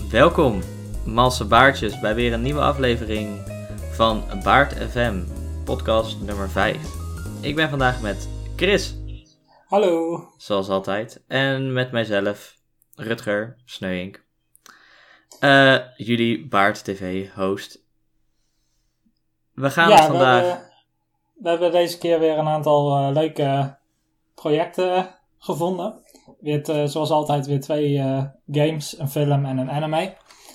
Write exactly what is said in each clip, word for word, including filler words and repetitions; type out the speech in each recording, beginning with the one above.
Welkom, malse baardjes, bij weer een nieuwe aflevering van Baard F M, podcast nummer vijf. Ik ben vandaag met Chris. Hallo. Zoals altijd. En met mijzelf, Rutger Sneuink. Uh, jullie Baard T V-host. We gaan ja, het vandaag... We hebben, we hebben deze keer weer een aantal uh, leuke projecten gevonden. Weer uh, zoals altijd weer twee uh, games, een film en een anime.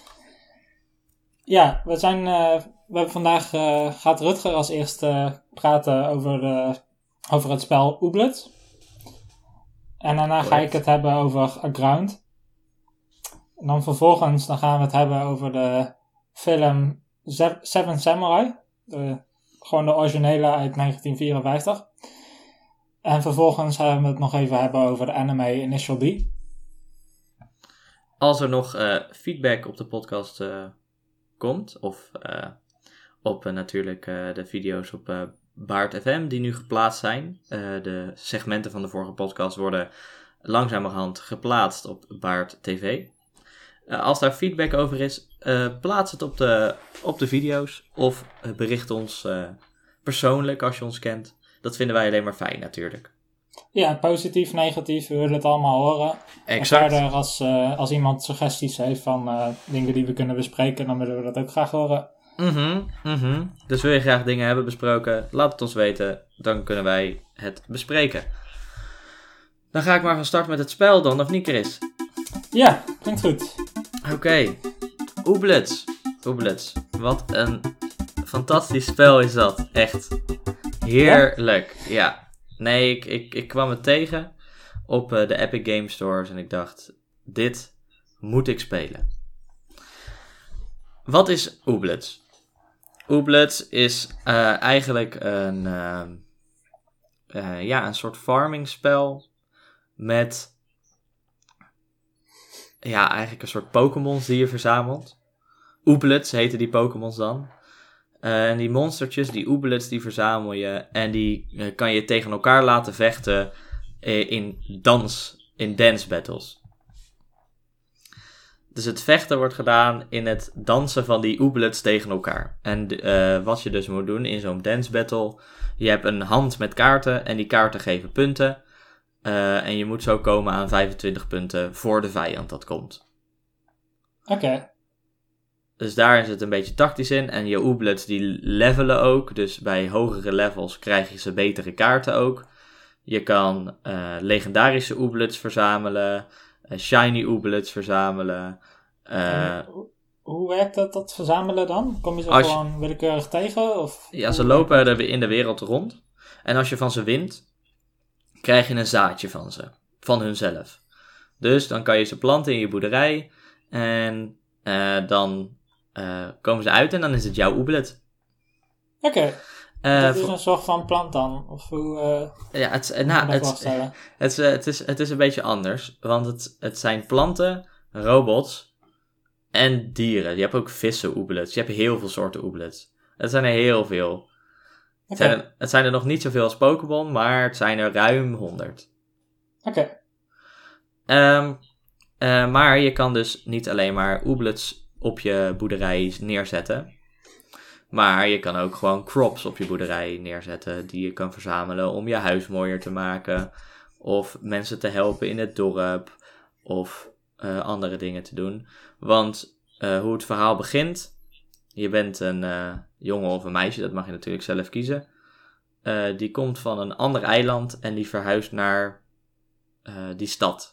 Ja, we zijn... Uh, we hebben vandaag... Uh, gaat Rutger als eerste uh, praten over, de, over het spel Ooblet. En daarna Correct. ga ik het hebben over A Ground. En dan vervolgens dan gaan we het hebben over de film Seven Samurai. De, gewoon de originele uit negentien vierenvijftig. En vervolgens gaan we het nog even hebben over de anime Initial D. Als er nog uh, feedback op de podcast uh, komt, of uh, op uh, natuurlijk uh, de video's op uh, Baard F M die nu geplaatst zijn. Uh, de segmenten van de vorige podcast worden langzamerhand geplaatst op Baard T V. Uh, als daar feedback over is, uh, plaats het op de, op de video's of uh, bericht ons uh, persoonlijk als je ons kent. Dat vinden wij alleen maar fijn natuurlijk. Ja, positief, negatief, we willen het allemaal horen. Exact. En verder, als, uh, als iemand suggesties heeft van uh, dingen die we kunnen bespreken, dan willen we dat ook graag horen. Mm-hmm, mm-hmm. Dus wil je graag dingen hebben besproken, laat het ons weten. Dan kunnen wij het bespreken. Dan ga ik maar van start met het spel dan, of niet Chris? Ja, klinkt goed. Oké, okay. Ooblet. Ooblet. Wat een fantastisch spel is dat. Echt. Heerlijk. Ja. ja. Nee, ik, ik, ik kwam het tegen op uh, de Epic Game Stores en ik dacht, dit moet ik spelen. Wat is Ooblet? Ooblet is uh, eigenlijk een, uh, uh, ja, een soort farmingspel met... Ja, eigenlijk een soort Pokémons die je verzamelt. Ooblets heten die Pokémons dan. Uh, en die monstertjes, die Ooblets, die verzamel je. En die uh, kan je tegen elkaar laten vechten uh, in dans, in dance battles. Dus het vechten wordt gedaan in het dansen van die Ooblets tegen elkaar. En uh, wat je dus moet doen in zo'n dance battle. Je hebt een hand met kaarten en die kaarten geven punten. Uh, en je moet zo komen aan vijfentwintig punten voor de vijand dat komt. Oké. Okay. Dus daar is het een beetje tactisch in. En je Ooblets die levelen ook. Dus bij hogere levels krijg je ze betere kaarten ook. Je kan uh, legendarische Ooblets verzamelen. Uh, shiny Ooblets verzamelen. Uh, hoe, hoe werkt dat, dat verzamelen dan? Kom je ze als gewoon je, willekeurig tegen? Of ja, ze lopen er in de wereld rond. En als je van ze wint, krijg je een zaadje van ze. Van hunzelf. Dus dan kan je ze planten in je boerderij. En uh, dan uh, komen ze uit en dan is het jouw Ooblet. Oké. Okay. Uh, dat is voor... een soort van plant dan? Of hoe uh, ja, het, uh, nou, het, het, het, uh, het, is, het is een beetje anders. Want het, het zijn planten, robots en dieren. Je hebt ook vissen Ooblets. Je hebt heel veel soorten Ooblets. Het zijn er heel veel. Okay. Het, zijn er, het zijn er nog niet zoveel als Pokémon, maar het zijn er ruim honderd. Oké. Okay. Um, uh, maar je kan dus niet alleen maar Ooblets op je boerderij neerzetten. Maar je kan ook gewoon crops op je boerderij neerzetten die je kan verzamelen om je huis mooier te maken. Of mensen te helpen in het dorp. Of uh, andere dingen te doen. Want uh, hoe het verhaal begint. Je bent een uh, jongen of een meisje, dat mag je natuurlijk zelf kiezen. Uh, die komt van een ander eiland en die verhuist naar uh, die stad.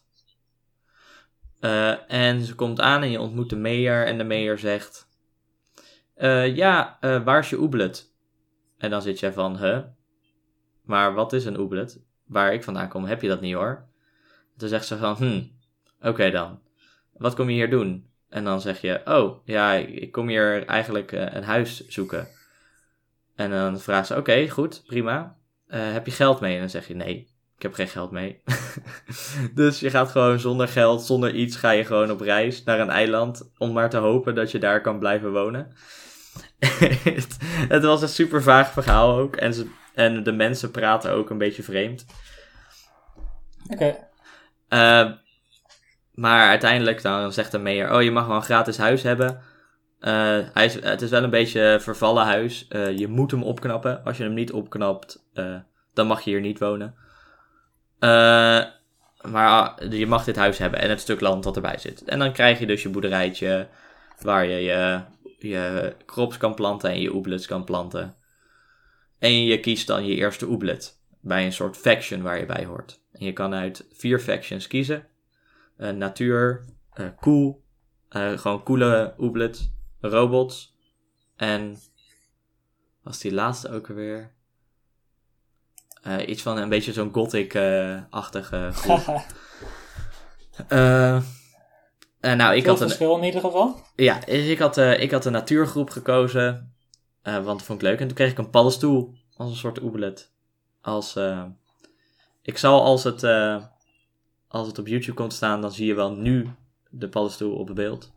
Uh, en ze komt aan en je ontmoet de mayor en de mayor zegt... Uh, ja, uh, waar is je Ooblet? En dan zit jij van, huh? Maar wat is een Ooblet? Waar ik vandaan kom, heb je dat niet hoor. Dan zegt ze van, hm, oké okay dan. Wat kom je hier doen? En dan zeg je, oh, ja, ik kom hier eigenlijk uh, een huis zoeken. En dan vraagt ze, oké, okay, goed, prima. Uh, heb je geld mee? En dan zeg je, nee, ik heb geen geld mee. Dus je gaat gewoon zonder geld, zonder iets, ga je gewoon op reis naar een eiland. Om maar te hopen dat je daar kan blijven wonen. het, het was een super vaag verhaal ook. En, ze, en de mensen praten ook een beetje vreemd. Oké. Okay. Uh, maar uiteindelijk dan zegt de mayor, oh je mag wel een gratis huis hebben. Uh, hij is, het is wel een beetje een vervallen huis. Uh, je moet hem opknappen. Als je hem niet opknapt, uh, dan mag je hier niet wonen. Uh, maar uh, je mag dit huis hebben en het stuk land dat erbij zit. En dan krijg je dus je boerderijtje waar je je, je crops kan planten en je oeblets kan planten. En je kiest dan je eerste oeblet bij een soort faction waar je bij hoort. En je kan uit vier factions kiezen. Uh, natuur, uh, cool, uh, gewoon coole oeblets, robots en was die laatste ook alweer? Uh, iets van een beetje zo'n gothic-achtige uh, groep. uh, uh, nou, ik Veel had een verschil in ieder geval. Ja, dus ik had, uh, ik had een natuurgroep gekozen, uh, want dat vond ik leuk. En toen kreeg ik een paddenstoel als een soort oebelet. Als, uh, ik zal als het, uh, als het op YouTube komt staan, dan zie je wel nu de paddenstoel op het beeld.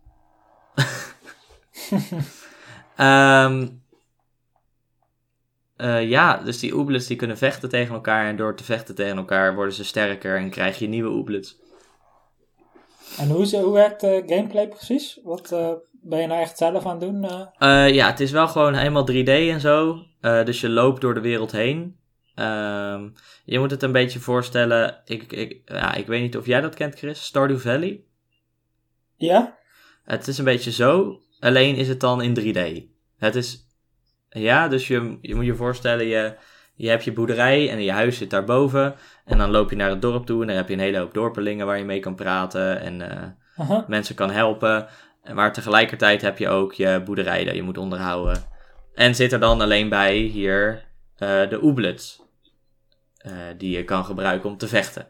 um, uh, ja, dus die oebelets die kunnen vechten tegen elkaar. En door te vechten tegen elkaar worden ze sterker en krijg je nieuwe oebelets. En hoe, hoe werkt de gameplay precies? Wat uh, ben je nou echt zelf aan het doen? Uh? Uh, ja, het is wel gewoon helemaal drie D en zo. Uh, dus je loopt door de wereld heen. Um, je moet het een beetje voorstellen. Ik, ik, ja, ik weet niet of jij dat kent, Chris. Stardew Valley? Ja? Het is een beetje zo. Alleen is het dan in drie D. Het is... Ja, dus je, je moet je voorstellen. Je, je hebt je boerderij en je huis zit daarboven. En dan loop je naar het dorp toe. En dan heb je een hele hoop dorpelingen waar je mee kan praten. En uh, uh-huh. mensen kan helpen. Maar tegelijkertijd heb je ook je boerderij dat je moet onderhouden. En zit er dan alleen bij hier uh, de oeblets. Uh, die je kan gebruiken om te vechten.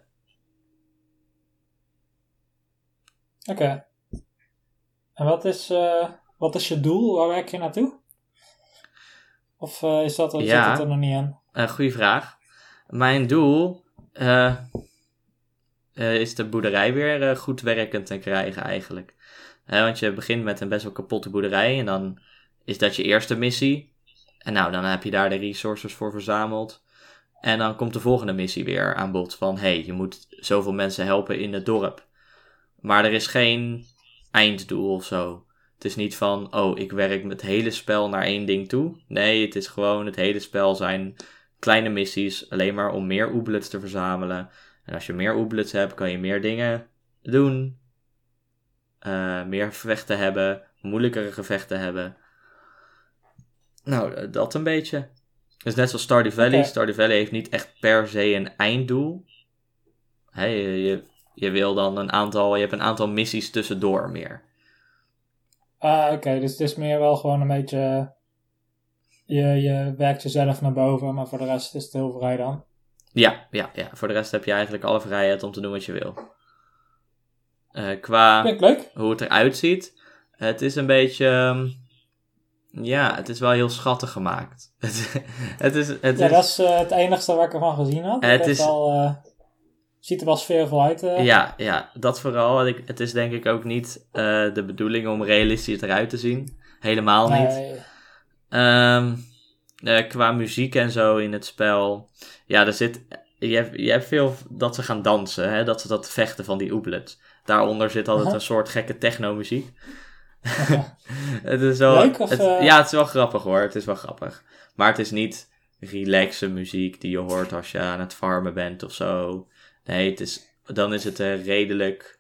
Oké. Okay. En wat is, uh, wat is je doel? Waar werk je naartoe? Of uh, is dat, ja, zit het er nog niet aan? Een uh, goede vraag. Mijn doel uh, uh, is de boerderij weer uh, goed werkend te krijgen eigenlijk. Uh, want je begint met een best wel kapotte boerderij. En dan is dat je eerste missie. En nou, dan heb je daar de resources voor verzameld. En dan komt de volgende missie weer aan bod van... hey, je moet zoveel mensen helpen in het dorp. Maar er is geen einddoel of zo. Het is niet van... oh, ik werk met het hele spel naar één ding toe. Nee, het is gewoon... het hele spel zijn kleine missies... alleen maar om meer oeblets te verzamelen. En als je meer oeblets hebt... kan je meer dingen doen. Uh, meer gevechten hebben. Moeilijkere gevechten hebben. Nou, dat een beetje... Dus net zoals Stardew Valley. Okay. Stardew Valley heeft niet echt per se een einddoel. Hey, je, je wil dan een aantal... Je hebt een aantal missies tussendoor meer. Ah, oké. Okay. Dus het is meer wel gewoon een beetje... Je, je werkt jezelf naar boven. Maar voor de rest is het heel vrij dan. Ja, ja, ja. Voor de rest heb je eigenlijk alle vrijheid om te doen wat je wil. Uh, qua Vind ik leuk. Hoe het eruit ziet. Het is een beetje... Um, Ja, het is wel heel schattig gemaakt. het is, het ja, is... dat is uh, het enigste wat ik ervan gezien had. Het, het is... al, uh, ziet er wel sfeervol uit. Uh. Ja, ja, dat vooral. Het is denk ik ook niet uh, de bedoeling om realistisch eruit te zien. Helemaal niet. Nee. Um, uh, qua muziek en zo in het spel. Ja, er zit... Je hebt, je hebt veel dat ze gaan dansen. Hè? Dat ze dat vechten van die oeblets. Daaronder zit altijd uh-huh. een soort gekke techno-muziek. het is wel, Leuk of, het, uh... Ja, het is wel grappig hoor. Het is wel grappig. Maar het is niet relaxe muziek die je hoort als je aan het farmen bent of zo. Nee, het is, dan is het uh, redelijk...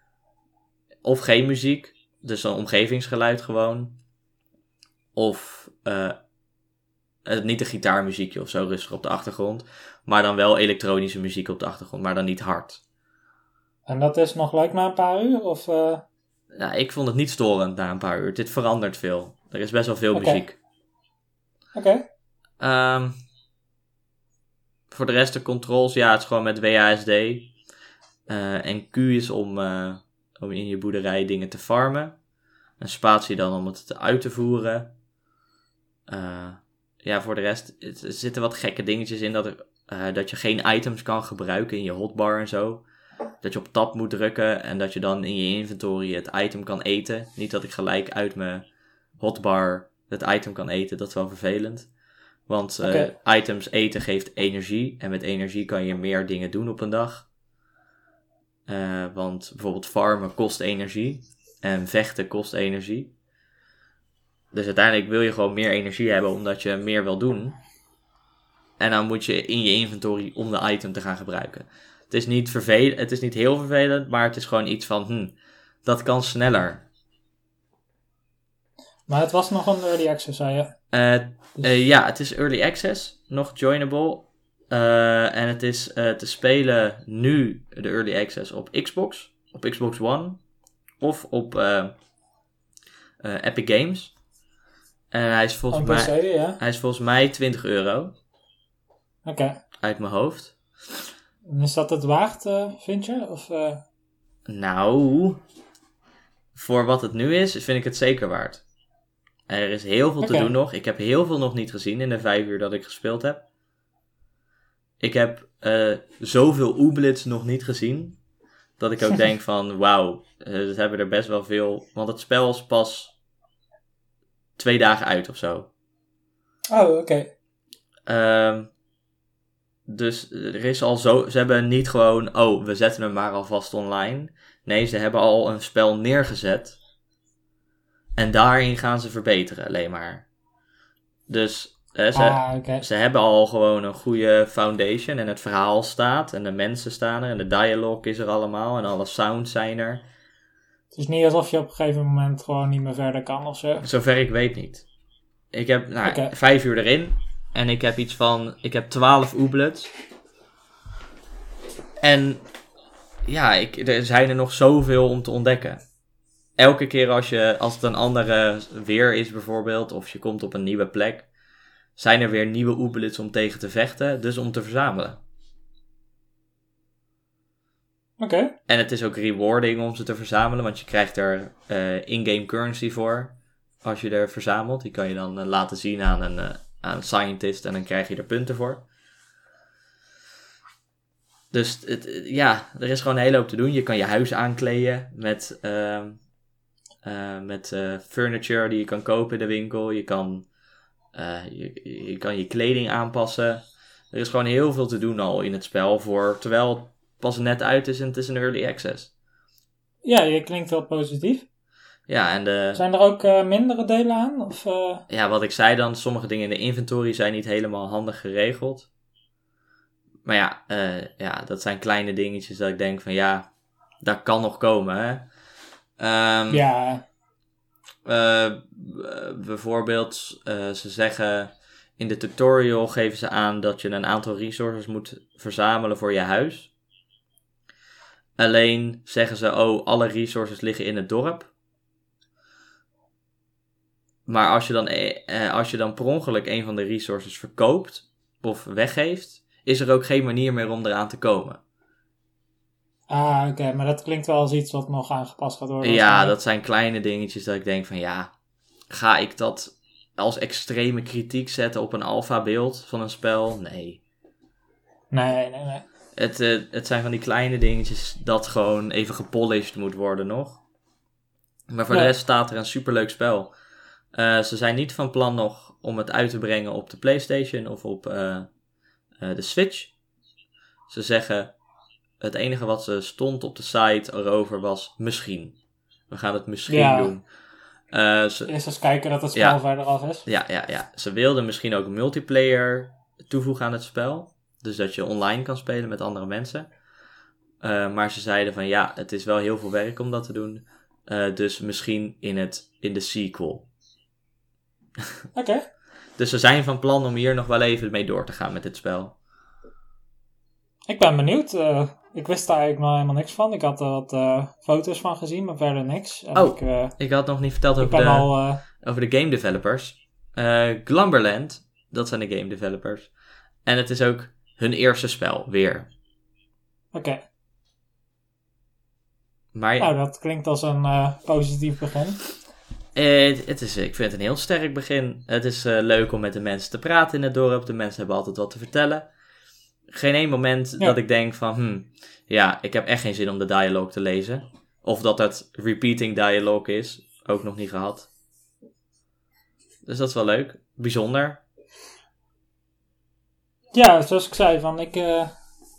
Of geen muziek. Dus een omgevingsgeluid gewoon. Of uh, niet een gitaarmuziekje of zo rustig op de achtergrond. Maar dan wel elektronische muziek op de achtergrond. Maar dan niet hard. En dat is nog leuk na een paar uur? Of... Uh... Nou, ik vond het niet storend na een paar uur. Dit verandert veel. Er is best wel veel okay. muziek. Oké. Okay. Um, voor de rest de controls, ja, het is gewoon met W A S D. Uh, en Q is om, uh, om in je boerderij dingen te farmen. En spatie dan om het uit te voeren. Uh, ja, voor de rest, het, er zitten wat gekke dingetjes in dat, er, uh, dat je geen items kan gebruiken in je hotbar en zo. Dat je op tab moet drukken en dat je dan in je inventory het item kan eten. Niet dat ik gelijk uit mijn hotbar het item kan eten, dat is wel vervelend. Want uh, okay. items eten geeft energie en met energie kan je meer dingen doen op een dag. Uh, want bijvoorbeeld farmen kost energie. En vechten kost energie. Dus uiteindelijk wil je gewoon meer energie hebben omdat je meer wil doen. En dan moet je in je inventory om de item te gaan gebruiken. Het is niet vervelend, het is niet heel vervelend, maar het is gewoon iets van, hm, dat kan sneller. Maar het was nog een early access, zei je? Uh, uh, ja, het is early access, nog joinable. Uh, en het is uh, te spelen nu de early access op Xbox, op Xbox One of op uh, uh, Epic Games. En hij is volgens, mij, P C, ja. hij is volgens mij twintig euro. Oké. Okay. Uit mijn hoofd. Is dat het waard, uh, vind je? Of, uh... Nou, voor wat het nu is, vind ik het zeker waard. Er is heel veel okay. te doen nog. Ik heb heel veel nog niet gezien in de vijf uur dat ik gespeeld heb. Ik heb uh, zoveel Ooblets nog niet gezien. Dat ik ook denk van, wauw, uh, dat hebben er best wel veel. Want het spel is pas twee dagen uit of zo. Oh, oké. Okay. Uh, dus er is al zo. Ze hebben niet gewoon, oh, we zetten hem maar alvast online. Nee, ze hebben al een spel neergezet. En daarin gaan ze verbeteren, alleen maar. Dus eh, ze, ah, okay. ze hebben al gewoon een goede foundation. En het verhaal staat. En de mensen staan er. En de dialogue is er allemaal. En alle sounds zijn er. Het is niet alsof je op een gegeven moment gewoon niet meer verder kan of zo. Zover ik weet niet. Ik heb nou, okay. vijf uur erin. En ik heb iets van... Ik heb twaalf Ooblets. En... Ja, ik, er zijn er nog zoveel om te ontdekken. Elke keer als, je, als het een andere weer is bijvoorbeeld, of je komt op een nieuwe plek, zijn er weer nieuwe Ooblets om tegen te vechten, dus om te verzamelen. Oké. Okay. En het is ook rewarding om ze te verzamelen, want je krijgt er uh, in-game currency voor als je er verzamelt. Die kan je dan uh, laten zien aan een, uh, aan een scientist en dan krijg je er punten voor. Dus het, ja, er is gewoon een hele hoop te doen. Je kan je huis aankleden met... Uh, Uh, met uh, furniture die je kan kopen in de winkel. Je kan, uh, je, je kan je kleding aanpassen. Er is gewoon heel veel te doen al in het spel. Voor, terwijl het pas net uit is en het is een early access. Ja, je klinkt wel positief. Ja, en de... Zijn er ook uh, mindere delen aan? Of, uh... Ja, wat ik zei dan. Sommige dingen in de inventory zijn niet helemaal handig geregeld. Maar ja, uh, ja, dat zijn kleine dingetjes dat ik denk van ja, dat kan nog komen, hè. Um, ja. Uh, bijvoorbeeld, uh, ze zeggen in de tutorial geven ze aan dat je een aantal resources moet verzamelen voor je huis. Alleen zeggen ze, oh, alle resources liggen in het dorp. Maar als je dan, uh, als je dan per ongeluk een van de resources verkoopt of weggeeft, is er ook geen manier meer om eraan te komen. Ah, oké, okay, maar dat klinkt wel als iets wat nog aangepast gaat worden. Ja, dat zijn kleine dingetjes dat ik denk van ja, ga ik dat als extreme kritiek zetten op een alpha beeld van een spel? Nee. Nee, nee, nee. Het, uh, het zijn van die kleine dingetjes dat gewoon even gepolished moet worden nog. Maar voor nee. de rest staat er een superleuk spel. Uh, ze zijn niet van plan nog om het uit te brengen op de PlayStation of op uh, uh, de Switch. Ze zeggen... Het enige wat ze stond op de site erover was misschien. We gaan het misschien ja. doen. Uh, ze, Eerst eens kijken dat het spel ja, verder af is. Ja, ja, ja. Ze wilden misschien ook multiplayer toevoegen aan het spel. Dus dat je online kan spelen met andere mensen. Uh, maar ze zeiden van ja, het is wel heel veel werk om dat te doen. Uh, dus misschien in, het, in de sequel. Oké. Okay. Dus ze zijn van plan om hier nog wel even mee door te gaan met dit spel. Ik ben benieuwd. Uh, ik wist daar eigenlijk nog helemaal niks van. Ik had er wat uh, foto's van gezien, maar verder niks. En oh, ik, uh, ik had nog niet verteld over de, al, uh, over de game developers. Uh, Glumberland, dat zijn de game developers. En het is ook hun eerste spel, weer. Oké. Okay. Maar nou, dat klinkt als een uh, positief begin. Uh, het is, ik vind het een heel sterk begin. Het is uh, leuk om met de mensen te praten in het dorp. De mensen hebben altijd wat te vertellen. Geen één moment ja. dat ik denk van... Hmm, ja, ik heb echt geen zin om de dialoog te lezen. Of dat het repeating dialoog is. Ook nog niet gehad. Dus dat is wel leuk. Bijzonder. Ja, zoals ik zei, van ik, uh,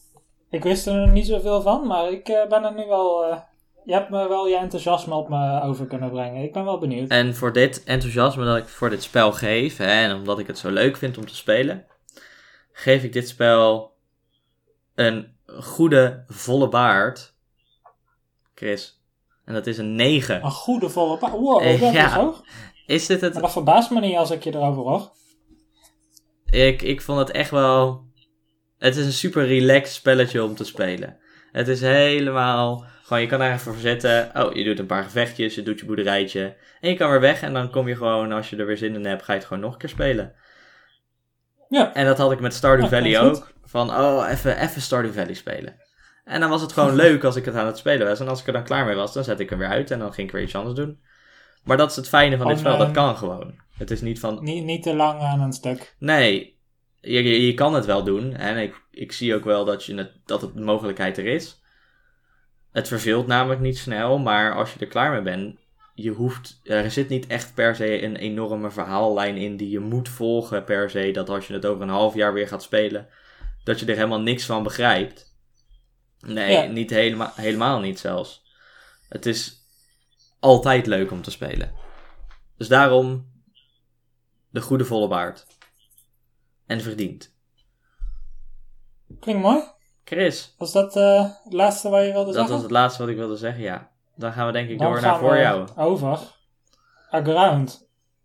Ik wist er nog niet zoveel van, maar ik uh, ben er nu wel... Uh, je hebt me wel je enthousiasme op me over kunnen brengen. Ik ben wel benieuwd. En voor dit enthousiasme dat ik voor dit spel geef, hè, en omdat ik het zo leuk vind om te spelen, geef ik dit spel een goede volle baard. Chris. En dat is een negen. Een goede volle baard? Wow, dat is ja. hoog. Is dit het... Maar dat verbaast me niet als ik je erover hoor. Ik, ik vond het echt wel... Het is een super relaxed spelletje om te spelen. Het is helemaal... Gewoon, je kan er even voor zitten. Oh, je doet een paar gevechtjes, je doet je boerderijtje. En je kan weer weg en dan kom je gewoon, als je er weer zin in hebt, ga je het gewoon nog een keer spelen. Ja. En dat had ik met Stardew Ja, Valley ook. Goed. Van, oh, even, even Stardew Valley spelen. En dan was het gewoon leuk als ik het aan het spelen was. En als ik er dan klaar mee was, dan zette ik hem weer uit en dan ging ik weer iets anders doen. Maar dat is het fijne van dit spel, dat kan gewoon. Het is niet van... Niet, niet te lang aan een stuk. Nee, je, je, je kan het wel doen. En ik, ik zie ook wel dat, je het, dat het de mogelijkheid er is. Het verveelt namelijk niet snel, maar als je er klaar mee bent, je hoeft, er zit niet echt per se een enorme verhaallijn in die je moet volgen per se, dat als je het over een half jaar weer gaat spelen, dat je er helemaal niks van begrijpt. Nee, ja. niet helemaal, helemaal niet zelfs. Het is altijd leuk om te spelen. Dus daarom de goede volle baard. En verdiend. Klinkt mooi. Chris. Was dat uh, het laatste wat je wilde dat zeggen? Dat was het laatste wat ik wilde zeggen, ja. Dan gaan we denk ik Dan door naar voor jou. over. Aground.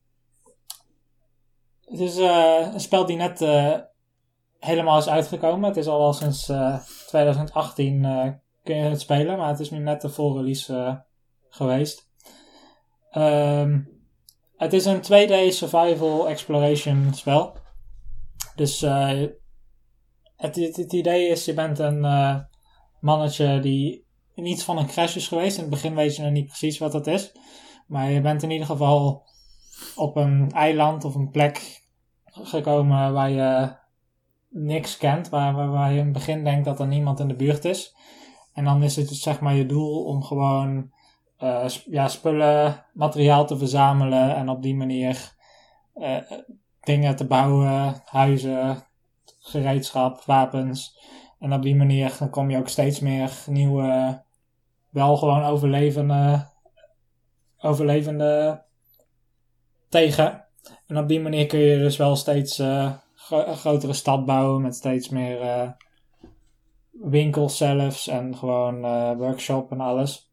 Het is uh, een spel die net uh, helemaal is uitgekomen. Het is al wel sinds uh, twintig achttien uh, kun je het spelen. Maar het is nu net de full release uh, geweest. Um, het is een twee D survival exploration spel. Dus... Uh, Het, het, het idee is, je bent een uh, mannetje die in iets van een crash is geweest. In het begin weet je nog niet precies wat dat is. Maar je bent in ieder geval op een eiland of een plek gekomen waar je niks kent. Waar, waar, waar je in het begin denkt dat er niemand in de buurt is. En dan is het zeg maar je doel om gewoon uh, sp- ja, spullen, materiaal te verzamelen. En op die manier uh, dingen te bouwen, huizen... gereedschap, wapens. En op die manier dan kom je ook steeds meer nieuwe, wel gewoon overlevende, overlevende tegen. En op die manier kun je dus wel steeds uh, gro- een grotere stad bouwen met steeds meer uh, winkels zelfs en gewoon uh, workshop en alles.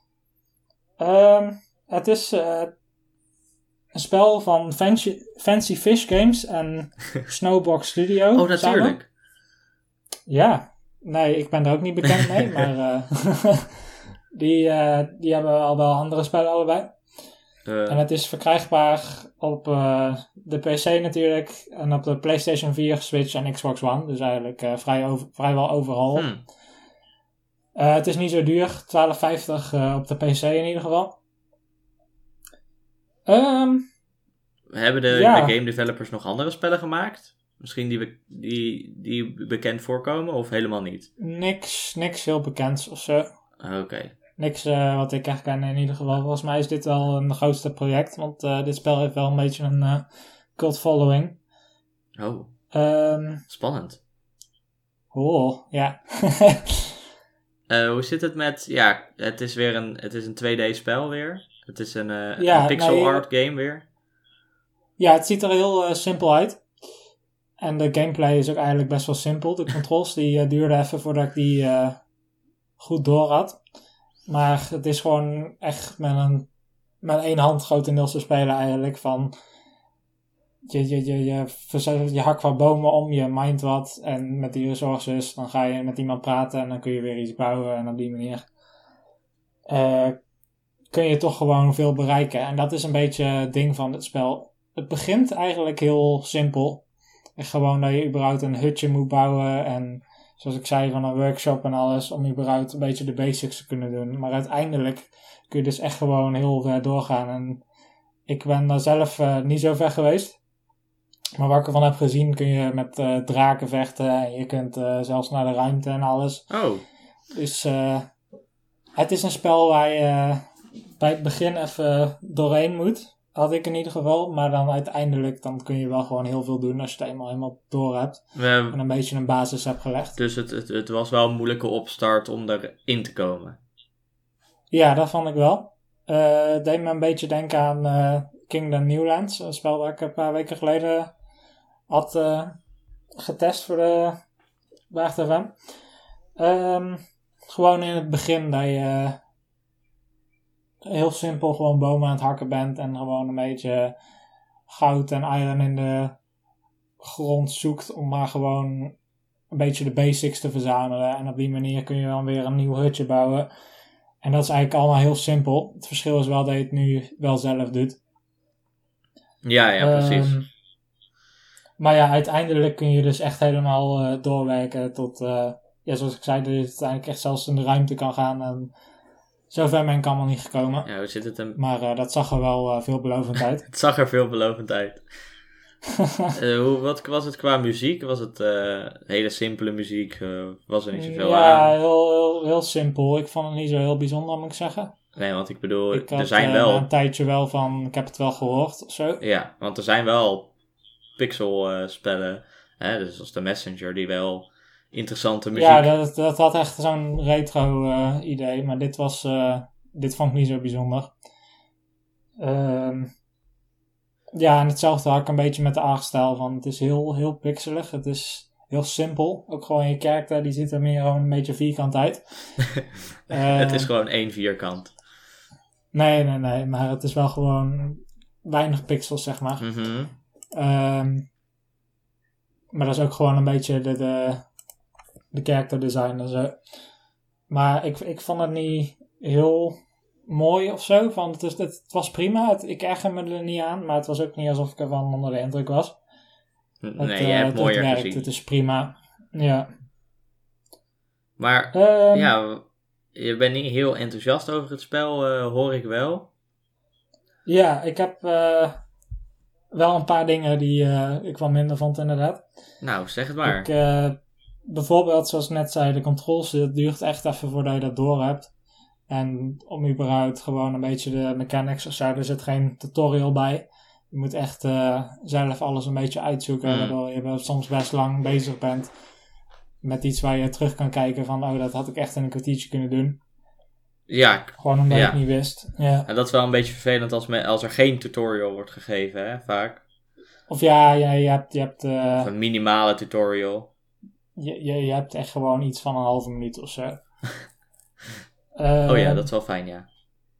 Um, het is uh, een spel van Fancy, Fancy Fish Games en Snowbox Studio. Oh, natuurlijk. Samen. Ja. Nee, ik ben er ook niet bekend mee, maar uh, die, uh, die hebben al wel andere spellen allebei. Uh. En het is verkrijgbaar op uh, de P C natuurlijk en op de PlayStation vier, Switch en Xbox One. Dus eigenlijk uh, vrij over, vrijwel overal. Hmm. Uh, het is niet zo duur, twaalf vijftig uh, op de P C in ieder geval. Um, Hebben de, ja. de game developers nog andere spellen gemaakt? Misschien die, be- die, die bekend voorkomen of helemaal niet? Niks, niks heel bekends of zo. Oké. Okay. Niks uh, wat ik echt ken in ieder geval. Volgens mij is dit wel een grootste project. Want uh, dit spel heeft wel een beetje een uh, cult following. Oh. Um, Spannend. Oh, ja. uh, hoe zit het met... Ja, het is weer een, het is een twee D spel weer. Het is een, uh, ja, een pixel nee, art game weer. Ja, het ziet er heel uh, simpel uit. En de gameplay is ook eigenlijk best wel simpel. De controls die uh, duurden even voordat ik die uh, goed door had. Maar het is gewoon echt met een met één hand grotendeels te spelen eigenlijk. Van je, je, je, je, je hakt wat bomen om, je mindt wat. En met die resources dan ga je met iemand praten en dan kun je weer iets bouwen. En op die manier uh, kun je toch gewoon veel bereiken. En dat is een beetje het ding van het spel. Het begint eigenlijk heel simpel. Echt gewoon dat je überhaupt een hutje moet bouwen. En zoals ik zei, van een workshop en alles. Om überhaupt een beetje de basics te kunnen doen. Maar uiteindelijk kun je dus echt gewoon heel ver doorgaan. En ik ben daar zelf uh, niet zo ver geweest. Maar wat ik ervan heb gezien kun je met uh, draken vechten. En je kunt uh, zelfs naar de ruimte en alles. Oh. Dus uh, het is een spel waar je uh, bij het begin even doorheen moet. had ik in ieder geval. Maar dan uiteindelijk dan kun je wel gewoon heel veel doen als je het eenmaal helemaal door hebt. We, En een beetje een basis hebt gelegd. Dus het, het, het was wel een moeilijke opstart om erin te komen. Ja, dat vond ik wel. Uh, het deed me een beetje denken aan uh, Kingdom Newlands. Een spel dat ik een paar weken geleden had uh, getest voor de Waard F M. Um, gewoon in het begin dat je heel simpel gewoon bomen aan het hakken bent. En gewoon een beetje goud en iron in de grond zoekt. Om maar gewoon een beetje de basics te verzamelen. En op die manier kun je dan weer een nieuw hutje bouwen. En dat is eigenlijk allemaal heel simpel. Het verschil is wel dat je het nu wel zelf doet. Ja, ja, precies. Um, maar ja, uiteindelijk kun je dus echt helemaal uh, doorwerken tot... Uh, ja, zoals ik zei, dat je uiteindelijk echt zelfs in de ruimte kan gaan. En zover ben ik allemaal niet gekomen. Ja, hoe zit het hem? Maar uh, dat zag er wel uh, veelbelovend uit. Het zag er veelbelovend uit. uh, hoe, wat was het qua muziek? Was het uh, hele simpele muziek? Uh, was er niet zoveel ja, aan? Ja, heel, heel, heel simpel. Ik vond het niet zo heel bijzonder, moet ik zeggen. Nee, want ik bedoel, ik er had, zijn uh, wel... een tijdje wel van, ik heb het wel gehoord of zo. Ja, want er zijn wel pixel uh, spellen, hè, dus zoals The Messenger, die wel interessante muziek... Ja, dat, dat had echt zo'n retro uh, idee, maar dit was, uh, dit vond ik niet zo bijzonder. Um, ja, en hetzelfde had ik een beetje met de artstijl van, het is heel, heel pixelig, het is heel simpel. Ook gewoon je karakter, die ziet er meer gewoon een beetje vierkant uit. uh, het is gewoon één vierkant. Nee, nee, nee, maar het is wel gewoon weinig pixels, zeg maar. Mm-hmm. Um, maar dat is ook gewoon een beetje de, de, de character design en zo. Maar ik, ik vond het niet heel mooi of zo. Van, het, is, het, het was prima, het, ik erger me er niet aan. Maar het was ook niet alsof ik ervan onder de indruk was. Nee, het, je hebt het, mooier het werkt, gezien. Het is prima, ja. Maar, um, ja, je bent niet heel enthousiast over het spel, uh, hoor ik wel. Ja, ik heb uh, wel een paar dingen die uh, ik wel minder vond inderdaad. Nou, zeg het maar. Ik, uh, bijvoorbeeld, zoals ik net zei, de controls, het duurt echt even voordat je dat door hebt. En om überhaupt gewoon een beetje de mechanics of zo, er zit geen tutorial bij. Je moet echt uh, zelf alles een beetje uitzoeken, mm. waardoor je soms best lang bezig bent met iets waar je terug kan kijken van, oh, dat had ik echt in een kwartiertje kunnen doen. Ja. Gewoon omdat ja. ik het niet wist. Ja. En dat is wel een beetje vervelend als, me, als er geen tutorial wordt gegeven, hè, vaak. Of ja, ja je hebt... Je hebt uh, of een minimale tutorial. Je, je, je hebt echt gewoon iets van een halve minuut of zo. uh, oh ja, dat is wel fijn, ja.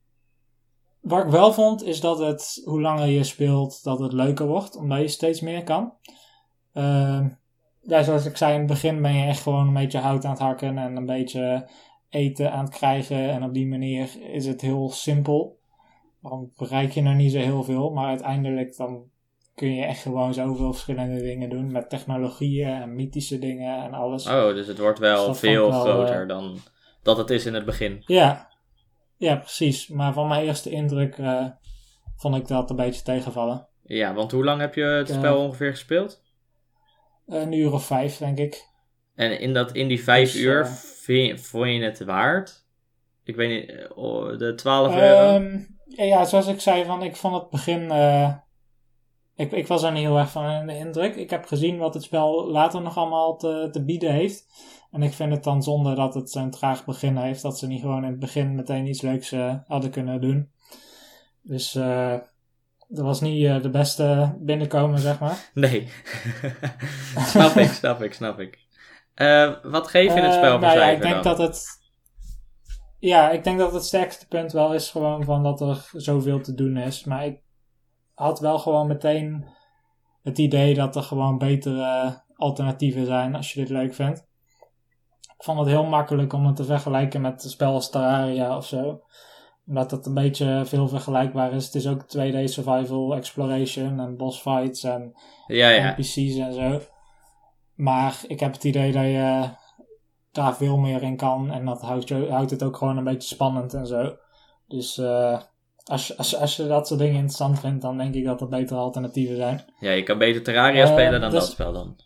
Wat ik wel vond, is dat het, hoe langer je speelt, dat het leuker wordt. Omdat je steeds meer kan. Uh, ja, zoals ik zei, in het begin ben je echt gewoon een beetje hout aan het hakken en een beetje eten aan het krijgen. En op die manier is het heel simpel. Dan bereik je nog niet zo heel veel. Maar uiteindelijk dan kun je echt gewoon zoveel verschillende dingen doen. Met technologieën en mythische dingen en alles. Oh, dus het wordt wel dus veel wel, groter uh, dan dat het is in het begin. Ja, ja precies. Maar van mijn eerste indruk uh, vond ik dat een beetje tegenvallen. Ja, want hoe lang heb je het uh, spel ongeveer gespeeld? Een uur of vijf, denk ik. En in, dat, in die vijf dus, uur, uh, vind, vond je het waard? Ik weet niet, de twaalf euro? Um, ja, zoals ik zei, van, ik vond het begin... Uh, ik, ik was er niet heel erg van in de indruk. Ik heb gezien wat het spel later nog allemaal te, te bieden heeft. En ik vind het dan zonde dat het zo'n traag begin heeft. Dat ze niet gewoon in het begin meteen iets leuks uh, hadden kunnen doen. Dus... Uh, Dat was niet uh, de beste binnenkomen, zeg maar. Nee. snap ik, snap ik, snap ik. Uh, wat geef je het spel uh, voor nou cijfer ja, ik denk dan? dat het... Ja, ik denk dat het sterkste punt wel is gewoon van dat er zoveel te doen is. Maar ik had wel gewoon meteen het idee dat er gewoon betere alternatieven zijn als je dit leuk vindt. Ik vond het heel makkelijk om het te vergelijken met een spel als Terraria of zo. Omdat het een beetje veel vergelijkbaar is. Het is ook twee D survival, exploration en boss fights en ja, ja. N P C's en zo. Maar ik heb het idee dat je daar veel meer in kan. En dat houdt, je, houdt het ook gewoon een beetje spannend en zo. Dus uh, als, als, als je dat soort dingen interessant vindt, dan denk ik dat er betere alternatieven zijn. Ja, je kan beter Terraria uh, spelen dan dus, dat spel dan.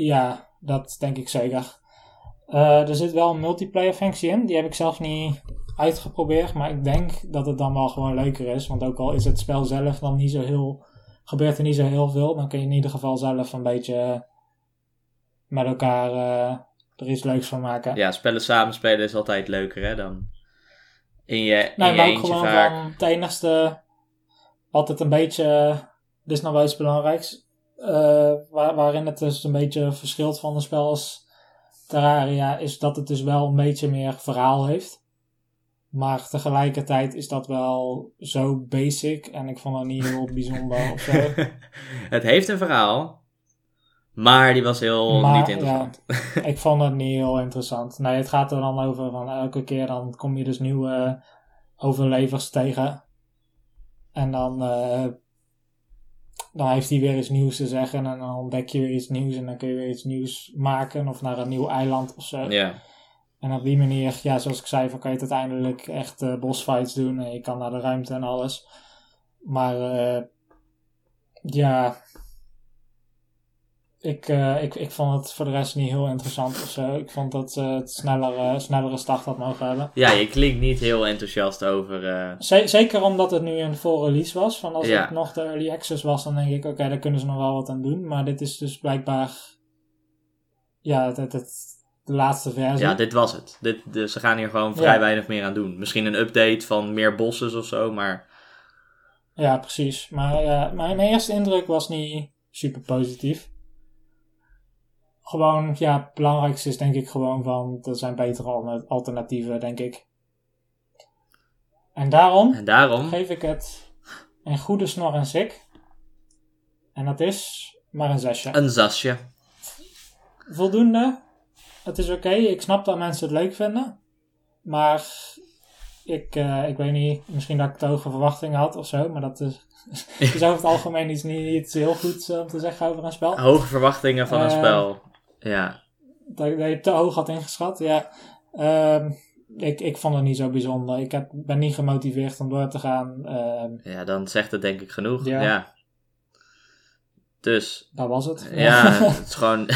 Ja, dat denk ik zeker. Uh, er zit wel een multiplayer functie in. Die heb ik zelf niet uitgeprobeerd. Maar ik denk dat het dan wel gewoon leuker is. Want ook al is het spel zelf dan niet zo heel... gebeurt er niet zo heel veel. Dan kun je in ieder geval zelf een beetje met elkaar uh, er iets leuks van maken. Ja, spellen samenspelen is altijd leuker, hè, dan in je, in nee, je maar ook eentje gewoon vaak. van het enigste wat het een beetje... Dit is nog wel iets belangrijks. Uh, waar, waarin het dus een beetje verschilt van een spel als Terraria, is dat het dus wel een beetje meer verhaal heeft. Maar tegelijkertijd is dat wel zo basic en ik vond het niet heel bijzonder of zo. Het heeft een verhaal, maar die was heel Maar, niet interessant. Ja, ik vond het niet heel interessant. Nee, het gaat er dan over van elke keer dan kom je dus nieuwe overlevers tegen. En dan, uh, dan heeft hij weer iets nieuws te zeggen en dan ontdek je weer iets nieuws en dan kun je weer iets nieuws maken of naar een nieuw eiland of zo. Ja. En op die manier, ja, zoals ik zei, van kan je het uiteindelijk echt uh, bossfights doen en je kan naar de ruimte en alles. Maar uh, ja, ik, uh, ik, ik vond het voor de rest niet heel interessant of zo. Ik vond dat uh, het sneller, uh, snellere start had mogen hebben. Ja, je klinkt niet heel enthousiast over... Uh... Z- zeker omdat het nu een full release was. Van als Ja. het nog de early access was, dan denk ik, oké, okay, daar kunnen ze nog wel wat aan doen. Maar dit is dus blijkbaar, ja, het, het, het de laatste versie. Ja, dit was het. Dit, dus ze gaan hier gewoon vrij Ja. weinig meer aan doen. Misschien een update van meer bosses of zo, maar... Ja, precies. Maar ja, mijn eerste indruk was niet super positief. Gewoon, ja, het belangrijkste is denk ik gewoon van, er zijn betere alternatieven, denk ik. En daarom, En daarom... geef ik het een goede snor en sik. En dat is maar een zesje. Een zasje. Voldoende. Het is oké. Okay. Ik snap dat mensen het leuk vinden. Maar ik, uh, ik weet niet, misschien dat ik te hoge verwachtingen had of zo. Maar dat is, is over het algemeen iets niet iets heel goed uh, om te zeggen over een spel. Hoge verwachtingen van een Uh, spel. Ja. Dat, dat je te hoog had ingeschat. Ja. Uh, ik, ik vond het niet zo bijzonder. Ik heb, ben niet gemotiveerd om door te gaan. Uh, Ja, dan zegt het denk ik genoeg. Ja. Ja. Dus. Dat was het. Ja, het is gewoon...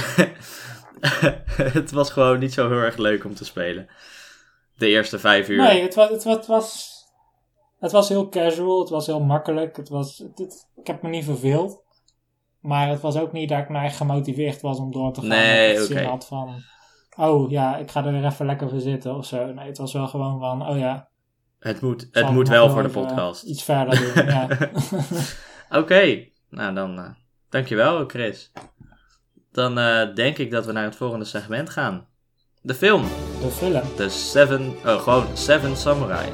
Het was gewoon niet zo heel erg leuk om te spelen. De eerste vijf uur. Nee, het was, het, was, het, was, het was heel casual. Het was heel makkelijk. Het was, het, het, ik heb me niet verveeld. Maar het was ook niet dat ik nou echt gemotiveerd was om door te gaan. Nee, dat ik oké. zin had van... Oh ja, ik ga er weer even lekker voor zitten of zo. Nee, het was wel gewoon van... Oh ja. Het moet, zal het moet nog wel voor de even podcast. Iets verder doen, ja. Oké. Okay. Nou, dan... Uh, dankjewel, Chris. Dan uh, denk ik dat we naar het volgende segment gaan. De film. De film. De Seven... Oh, gewoon Seven Samurai.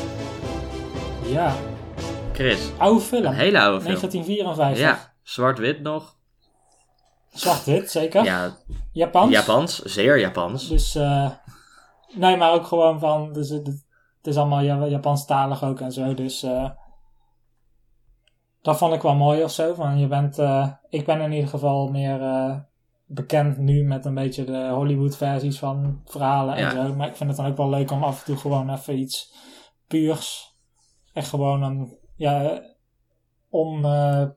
Ja. Chris. Oude film. Een hele oude film. negentien vierenvijftig. Ja, zwart-wit nog. Zwart-wit, zeker. Ja, Japans. Japans. Zeer Japans. Dus, uh, nee, maar ook gewoon van... Dus, het, het is allemaal Japanstalig ook en zo, dus... Uh, dat vond ik wel mooi of zo. Van je bent, uh, ik ben in ieder geval meer uh, bekend nu met een beetje de Hollywood versies van verhalen Ja. en zo. Maar ik vind het dan ook wel leuk om af en toe gewoon even iets puurs. Echt gewoon een, ja, on, uh,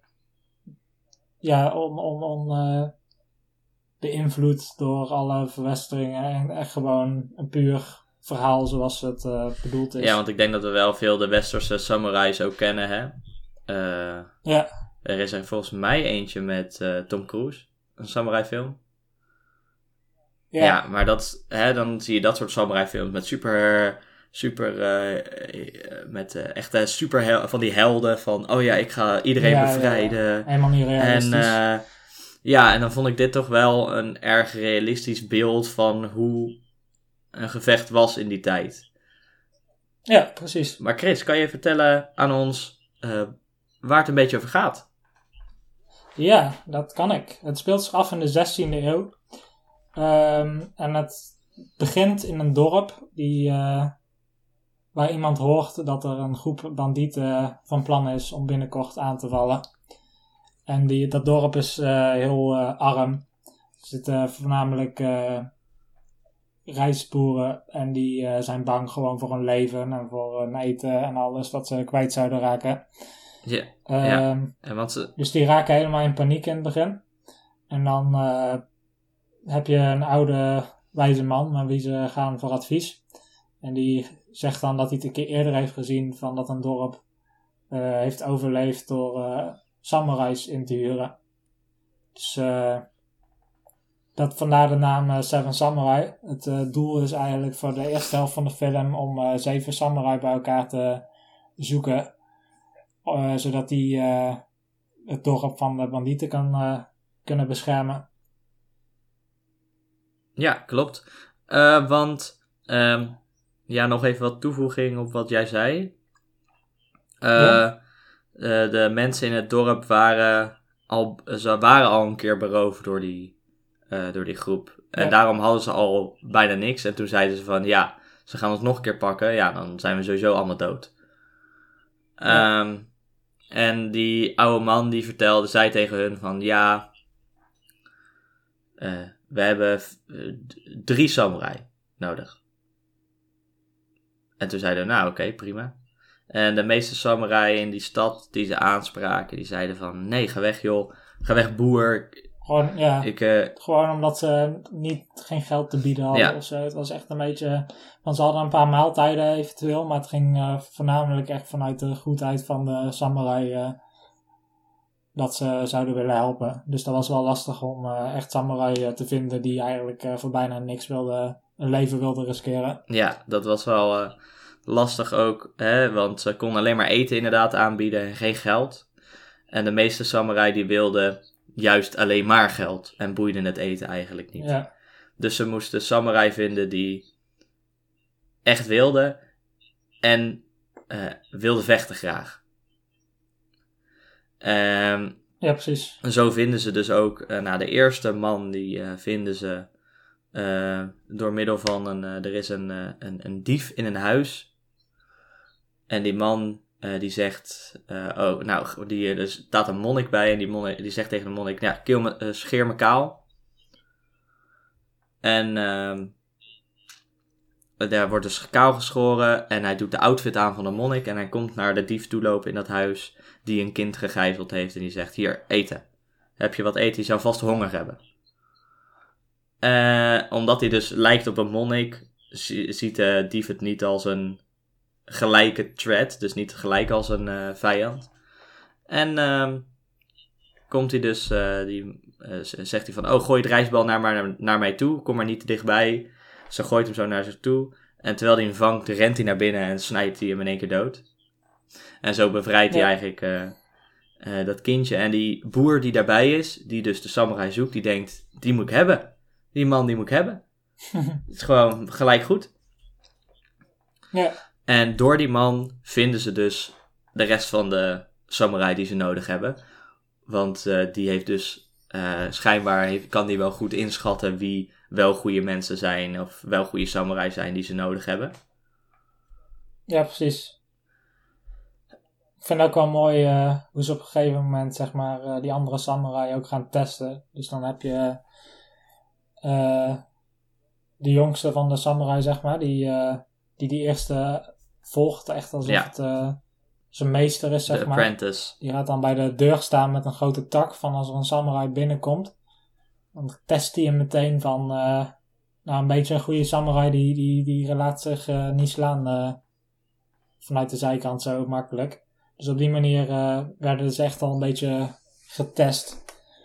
ja, on, on, on uh, beïnvloed door alle verwesteringen. En echt gewoon een puur verhaal zoals het uh, bedoeld is. Ja, want ik denk dat we wel veel de westerse samurais ook kennen, hè. Uh, ja. Er is er volgens mij eentje met uh, Tom Cruise. Een samurai film. Ja, ja maar dat, hè, dan zie je dat soort samurai films met super... Super... Uh, met uh, echte super... Van die helden van... Oh ja, ik ga iedereen ja, bevrijden. Ja, ja. Helemaal niet realistisch. En uh, ja, en dan vond ik dit toch wel een erg realistisch beeld van hoe een gevecht was in die tijd. Ja, precies. Maar Chris, kan je vertellen aan ons... Uh, waar het een beetje over gaat? Ja, dat kan ik. Het speelt zich af in de zestiende eeuw. Um, en het begint in een dorp die, uh, waar iemand hoort dat er een groep bandieten van plan is om binnenkort aan te vallen. En die, dat dorp is uh, heel uh, arm. Er zitten voornamelijk uh, rijstboeren en die uh, zijn bang gewoon voor hun leven en voor hun eten en alles dat ze kwijt zouden raken. Ja, Um, ja. En wat ze... Dus die raken helemaal in paniek in het begin. En dan uh, heb je een oude wijze man met wie ze gaan voor advies. En die zegt dan dat hij het een keer eerder heeft gezien van dat een dorp uh, heeft overleefd door uh, samurais in te huren. Dus uh, dat vandaar de naam uh, Seven Samurai. Het uh, doel is eigenlijk voor de eerste helft van de film om uh, zeven samurai bij elkaar te zoeken. Uh, zodat die uh, het dorp van de bandieten kan uh, kunnen beschermen. Ja, klopt. Uh, want, um, ja, nog even wat toevoeging op wat jij zei. Uh, ja. uh, de mensen in het dorp waren al, ze waren al een keer beroofd door die, uh, door die groep. En ja. daarom hadden ze al bijna niks. En toen zeiden ze van, ja, ze gaan ons nog een keer pakken. Ja, dan zijn we sowieso allemaal dood. Ja. Um, en die oude man die vertelde, zei tegen hun van, ja, uh, we hebben uh, drie samurai nodig. En toen zeiden we, nou oké, okay, prima. En de meeste samurai in die stad die ze aanspraken, die zeiden van, nee, ga weg joh, ga weg boer. Gewoon, ja, ik, uh, gewoon omdat ze niet, geen geld te bieden hadden ja. of zo. Het was echt een beetje, want ze hadden een paar maaltijden eventueel, maar het ging uh, voornamelijk echt vanuit de goedheid van de samurai uh, dat ze zouden willen helpen. Dus dat was wel lastig om uh, echt samurai uh, te vinden die eigenlijk uh, voor bijna niks wilden, een leven wilden riskeren. Ja, dat was wel uh, lastig ook, hè, want ze konden alleen maar eten inderdaad aanbieden en geen geld. En de meeste samurai die wilden juist alleen maar geld en boeiden het eten eigenlijk niet. Ja. Dus ze moesten samurai vinden die echt wilden en uh, wilden vechten graag. Um, ja, precies. En zo vinden ze dus ook, uh, nou de eerste man die uh, vinden ze uh, door middel van een, uh, er is een, uh, een, een dief in een huis. En die man uh, die zegt, uh, oh nou, die, er staat een monnik bij en die monnik die zegt tegen de monnik, ja, kill me, uh, scheer me kaal. En uh, daar wordt dus kaal geschoren en hij doet de outfit aan van de monnik en hij komt naar de dief toe lopen in dat huis die een kind gegijzeld heeft en die zegt, hier, eten. Heb je wat eten? Je zou vast honger hebben. Uh, omdat hij dus lijkt op een monnik, ziet de dief het niet als een gelijke threat, dus niet gelijk als een uh, vijand. En uh, komt hij dus, uh, die, uh, zegt hij van, oh, gooi het rijstbal naar, naar, naar mij toe, kom maar niet te dichtbij. Ze gooit hem zo naar zich toe. En terwijl hij hem vangt, rent hij naar binnen en snijdt hij hem in één keer dood. En zo bevrijdt ja. hij eigenlijk uh, uh, dat kindje. En die boer die daarbij is, die dus de samurai zoekt, die denkt, die moet ik hebben. Die man, die moet ik hebben. Het is gewoon gelijk goed. Ja. En door die man vinden ze dus de rest van de samurai die ze nodig hebben. Want uh, die heeft dus, uh, schijnbaar heeft, kan die wel goed inschatten wie wel goede mensen zijn of wel goede samurai zijn die ze nodig hebben. Ja, precies. Ik vind het ook wel mooi uh, hoe ze op een gegeven moment, zeg maar, uh, die andere samurai ook gaan testen. Dus dan heb je uh, de jongste van de samurai, zeg maar, die uh, die, die eerste volgt, echt alsof ja. het uh, zijn meester is, zeg de maar. Apprentice. Die gaat dan bij de deur staan met een grote tak van als er een samurai binnenkomt. Dan test hij hem meteen van, uh, nou, een beetje een goede samurai, die, die, die laat zich uh, niet slaan uh, vanuit de zijkant zo makkelijk. Dus op die manier uh, werden ze echt al een beetje getest.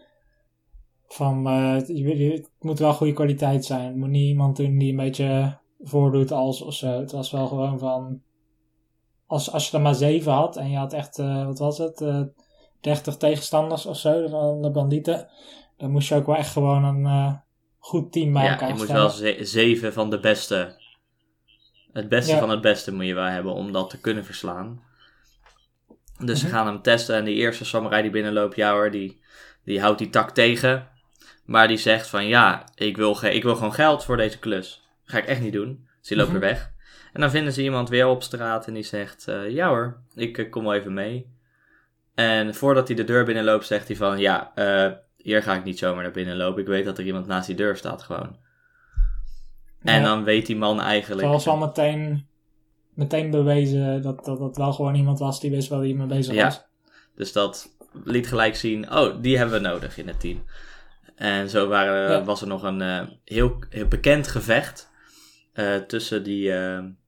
Van, uh, het moet wel goede kwaliteit zijn. Het moet niet iemand doen die een beetje voordoet als of zo. Het was wel gewoon van, als, als je er maar zeven had en je had echt, uh, wat was het, uh, dertig tegenstanders of zo, van de bandieten. Dan moest je ook wel echt gewoon een uh, goed team bij ja, elkaar je stellen. moet wel ze- zeven van de beste. Het beste ja. van het beste moet je wel hebben om dat te kunnen verslaan. Dus mm-hmm. ze gaan hem testen en die eerste samurai die binnenloopt, ja hoor, die, die houdt die tak tegen. Maar die zegt van ja, ik wil, ge- ik wil gewoon geld voor deze klus. Ga ik echt niet doen. Dus die loopt mm-hmm. weer weg. En dan vinden ze iemand weer op straat en die zegt, uh, ja hoor, ik uh, kom wel even mee. En voordat hij de deur binnenloopt zegt hij van ja, uh, hier ga ik niet zomaar naar binnen lopen. Ik weet dat er iemand naast die deur staat gewoon. Ja. En dan weet die man eigenlijk... Het was al meteen, meteen bewezen dat, dat dat wel gewoon iemand was die wist waar hij mee bezig ja. was. Dus dat liet gelijk zien, oh, die hebben we nodig in het team. En zo waren, ja. was er nog een uh, heel, heel bekend gevecht uh, tussen die, uh,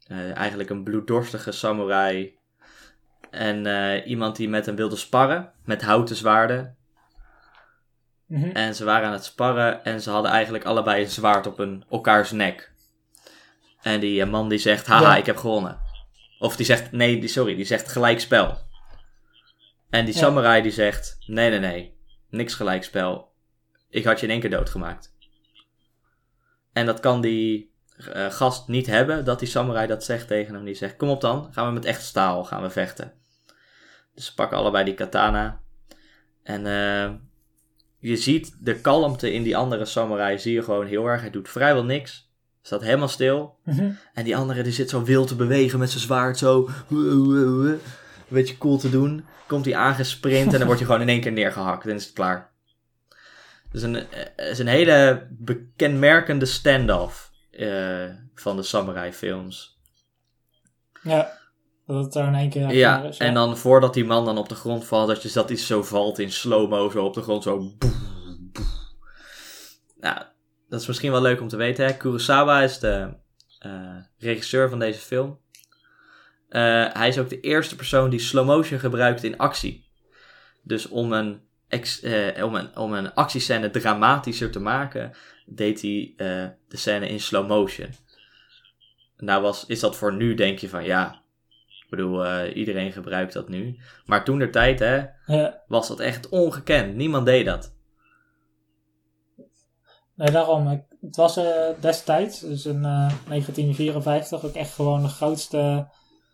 uh, eigenlijk een bloeddorstige samurai. En uh, iemand die met hem wilde sparren. Met houten zwaarden. Mhm. En ze waren aan het sparren. En ze hadden eigenlijk allebei een zwaard op hun, elkaars nek. En die uh, man die zegt, haha, Ja. ik heb gewonnen. Of die zegt, nee, die, sorry, die zegt gelijkspel. En die Ja. samurai die zegt, nee, nee, nee, niks gelijkspel. Ik had je in één keer doodgemaakt. En dat kan die uh, gast niet hebben, dat die samurai dat zegt tegen hem. Die zegt, kom op dan, gaan we met echt staal, gaan we vechten. Dus ze pakken allebei die katana. En uh, je ziet de kalmte in die andere samurai, zie je gewoon heel erg. Hij doet vrijwel niks. Staat helemaal stil. Mhm. En die andere die zit zo wild te bewegen met zijn zwaard zo. Een beetje cool te doen. Komt hij aangesprint en dan wordt hij gewoon in één keer neergehakt. En is het klaar. Dus een, is een hele bekenmerkende standoff uh, van de samurai films. Ja, dat het er in één keer Ja, is. en dan voordat die man dan op de grond valt, dat je dat iets zo valt in slow-mo zo op de grond zo. Boef, boef. Nou, dat is misschien wel leuk om te weten. Hè? Kurosawa is de uh, regisseur van deze film. Uh, hij is ook de eerste persoon die slow motion gebruikt in actie. Dus om een, ex, uh, om een, om een actiescène dramatischer te maken, deed hij uh, de scène in slow motion. Nou was, is dat voor nu, denk je van ja, ik bedoel, uh, iedereen gebruikt dat nu. Maar toen der tijd, hè, Ja. was dat echt ongekend. Niemand deed dat. Nee, daarom. Ik, het was uh, destijds, dus in uh, negentien vierenvijftig, ook echt gewoon de grootste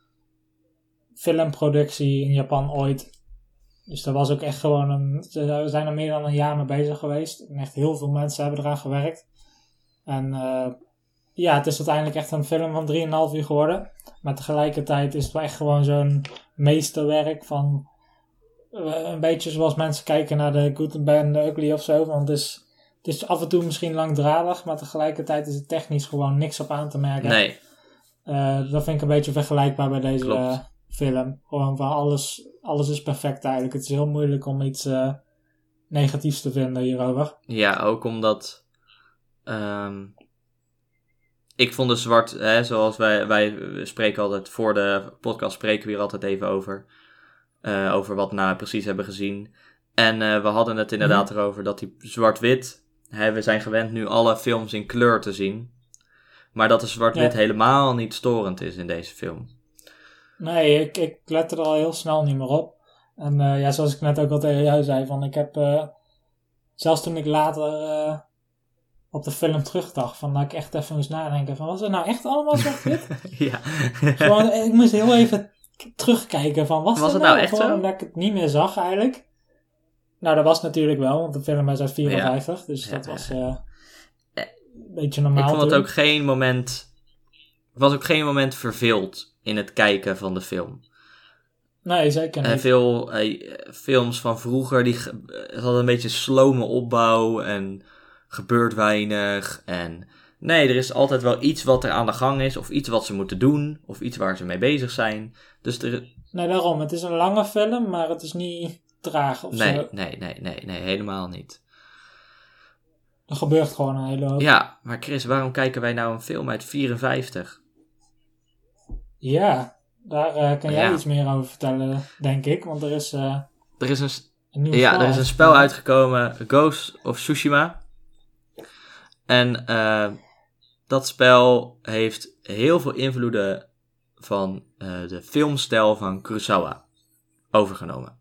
filmproductie in Japan ooit. Dus dat was ook echt gewoon een... Ze zijn er meer dan een jaar mee bezig geweest. En echt heel veel mensen hebben eraan gewerkt. En uh, ja, het is uiteindelijk echt een film van drieënhalf uur geworden. Maar tegelijkertijd is het wel echt gewoon zo'n meesterwerk van... Uh, een beetje zoals mensen kijken naar de Good and Bad and the Ugly of zo. Want het is, het is af en toe misschien langdradig, maar tegelijkertijd is het technisch gewoon niks op aan te merken. Nee. Uh, dat vind ik een beetje vergelijkbaar bij deze uh, Klopt. film. Gewoon van alles, alles is perfect eigenlijk. Het is heel moeilijk om iets uh, negatiefs te vinden hierover. Ja, ook omdat... Um, ik vond de zwart... Hè, zoals wij, wij spreken altijd... Voor de podcast spreken we hier altijd even over. Uh, over wat we nou precies hebben gezien. En uh, we hadden het inderdaad mm. erover dat die zwart-wit... Hè, we zijn gewend nu alle films in kleur te zien. Maar dat de zwart-wit ja. helemaal niet storend is in deze film. Nee, ik, ik let er al heel snel niet meer op. En uh, ja, zoals ik net ook al tegen jou zei, van ik heb... Uh, zelfs toen ik later uh, op de film terugdacht, van dat ik echt even moest nadenken van, was het nou echt allemaal zwart-wit? Ja. Gewoon, ik moest heel even terugkijken van, was, was het nou, nou echt gewoon zo? omdat ik het niet meer zag eigenlijk? Nou, dat was natuurlijk wel, want de film is uit vierenvijftig, ja. dus ja, dat ja. was uh, een beetje normaal. Ik vond het toen. ook geen moment... was ook geen moment verveeld in het kijken van de film. Nee, zeker niet. En veel uh, films van vroeger, die ge- hadden een beetje slome opbouw en gebeurt weinig. En nee, er is altijd wel iets wat er aan de gang is, of iets wat ze moeten doen, of iets waar ze mee bezig zijn. Dus er... Nee, daarom. Het is een lange film, maar het is niet traag of nee, zo. Nee, nee, nee, nee, helemaal niet. Er gebeurt gewoon een hele hoop. Ja, maar Chris, waarom kijken wij nou een film uit vierenvijftig? Ja, daar uh, kan jij ja. iets meer over vertellen, denk ik. Want er is, uh, er is een, een nieuw ja, spel er is een spel uitgekomen, Ghost of Tsushima. En uh, dat spel heeft heel veel invloeden van uh, de filmstijl van Kurosawa overgenomen.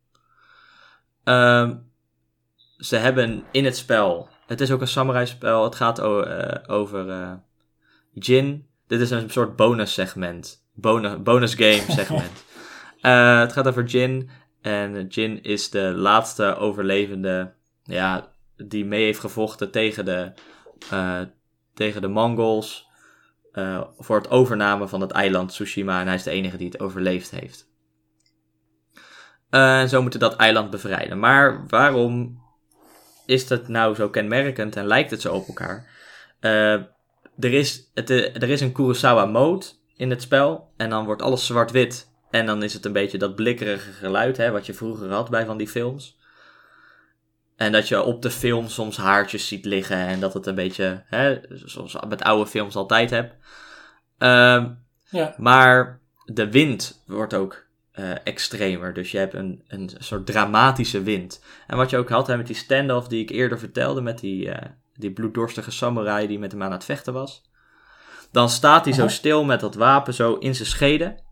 Uh, ze hebben in het spel... Het is ook een samurai spel. Het gaat o- uh, over uh, Jin. Dit is een soort bonus segment. Bonus, bonus game segment. uh, het gaat over Jin. En Jin is de laatste overlevende... Ja, die mee heeft gevochten tegen de... Uh, tegen de Mongols. Uh, voor het overname van het eiland Tsushima. En hij is de enige die het overleefd heeft. En uh, zo moeten dat eiland bevrijden. Maar waarom is dat nou zo kenmerkend en lijkt het zo op elkaar? Uh, er, is, het, er is een Kurosawa mode in het spel. En dan wordt alles zwart-wit. En dan is het een beetje dat blikkerige geluid, hè, wat je vroeger had bij van die films. En dat je op de film soms haartjes ziet liggen. En dat het een beetje, hè, zoals met oude films altijd hebt. Uh, Ja. Maar de wind wordt ook uh, extremer. Dus je hebt een, een soort dramatische wind. En wat je ook had hè, met die standoff die ik eerder vertelde... met die, uh, die bloeddorstige samurai die met hem aan het vechten was... Dan staat hij zo stil met dat wapen zo in zijn schede.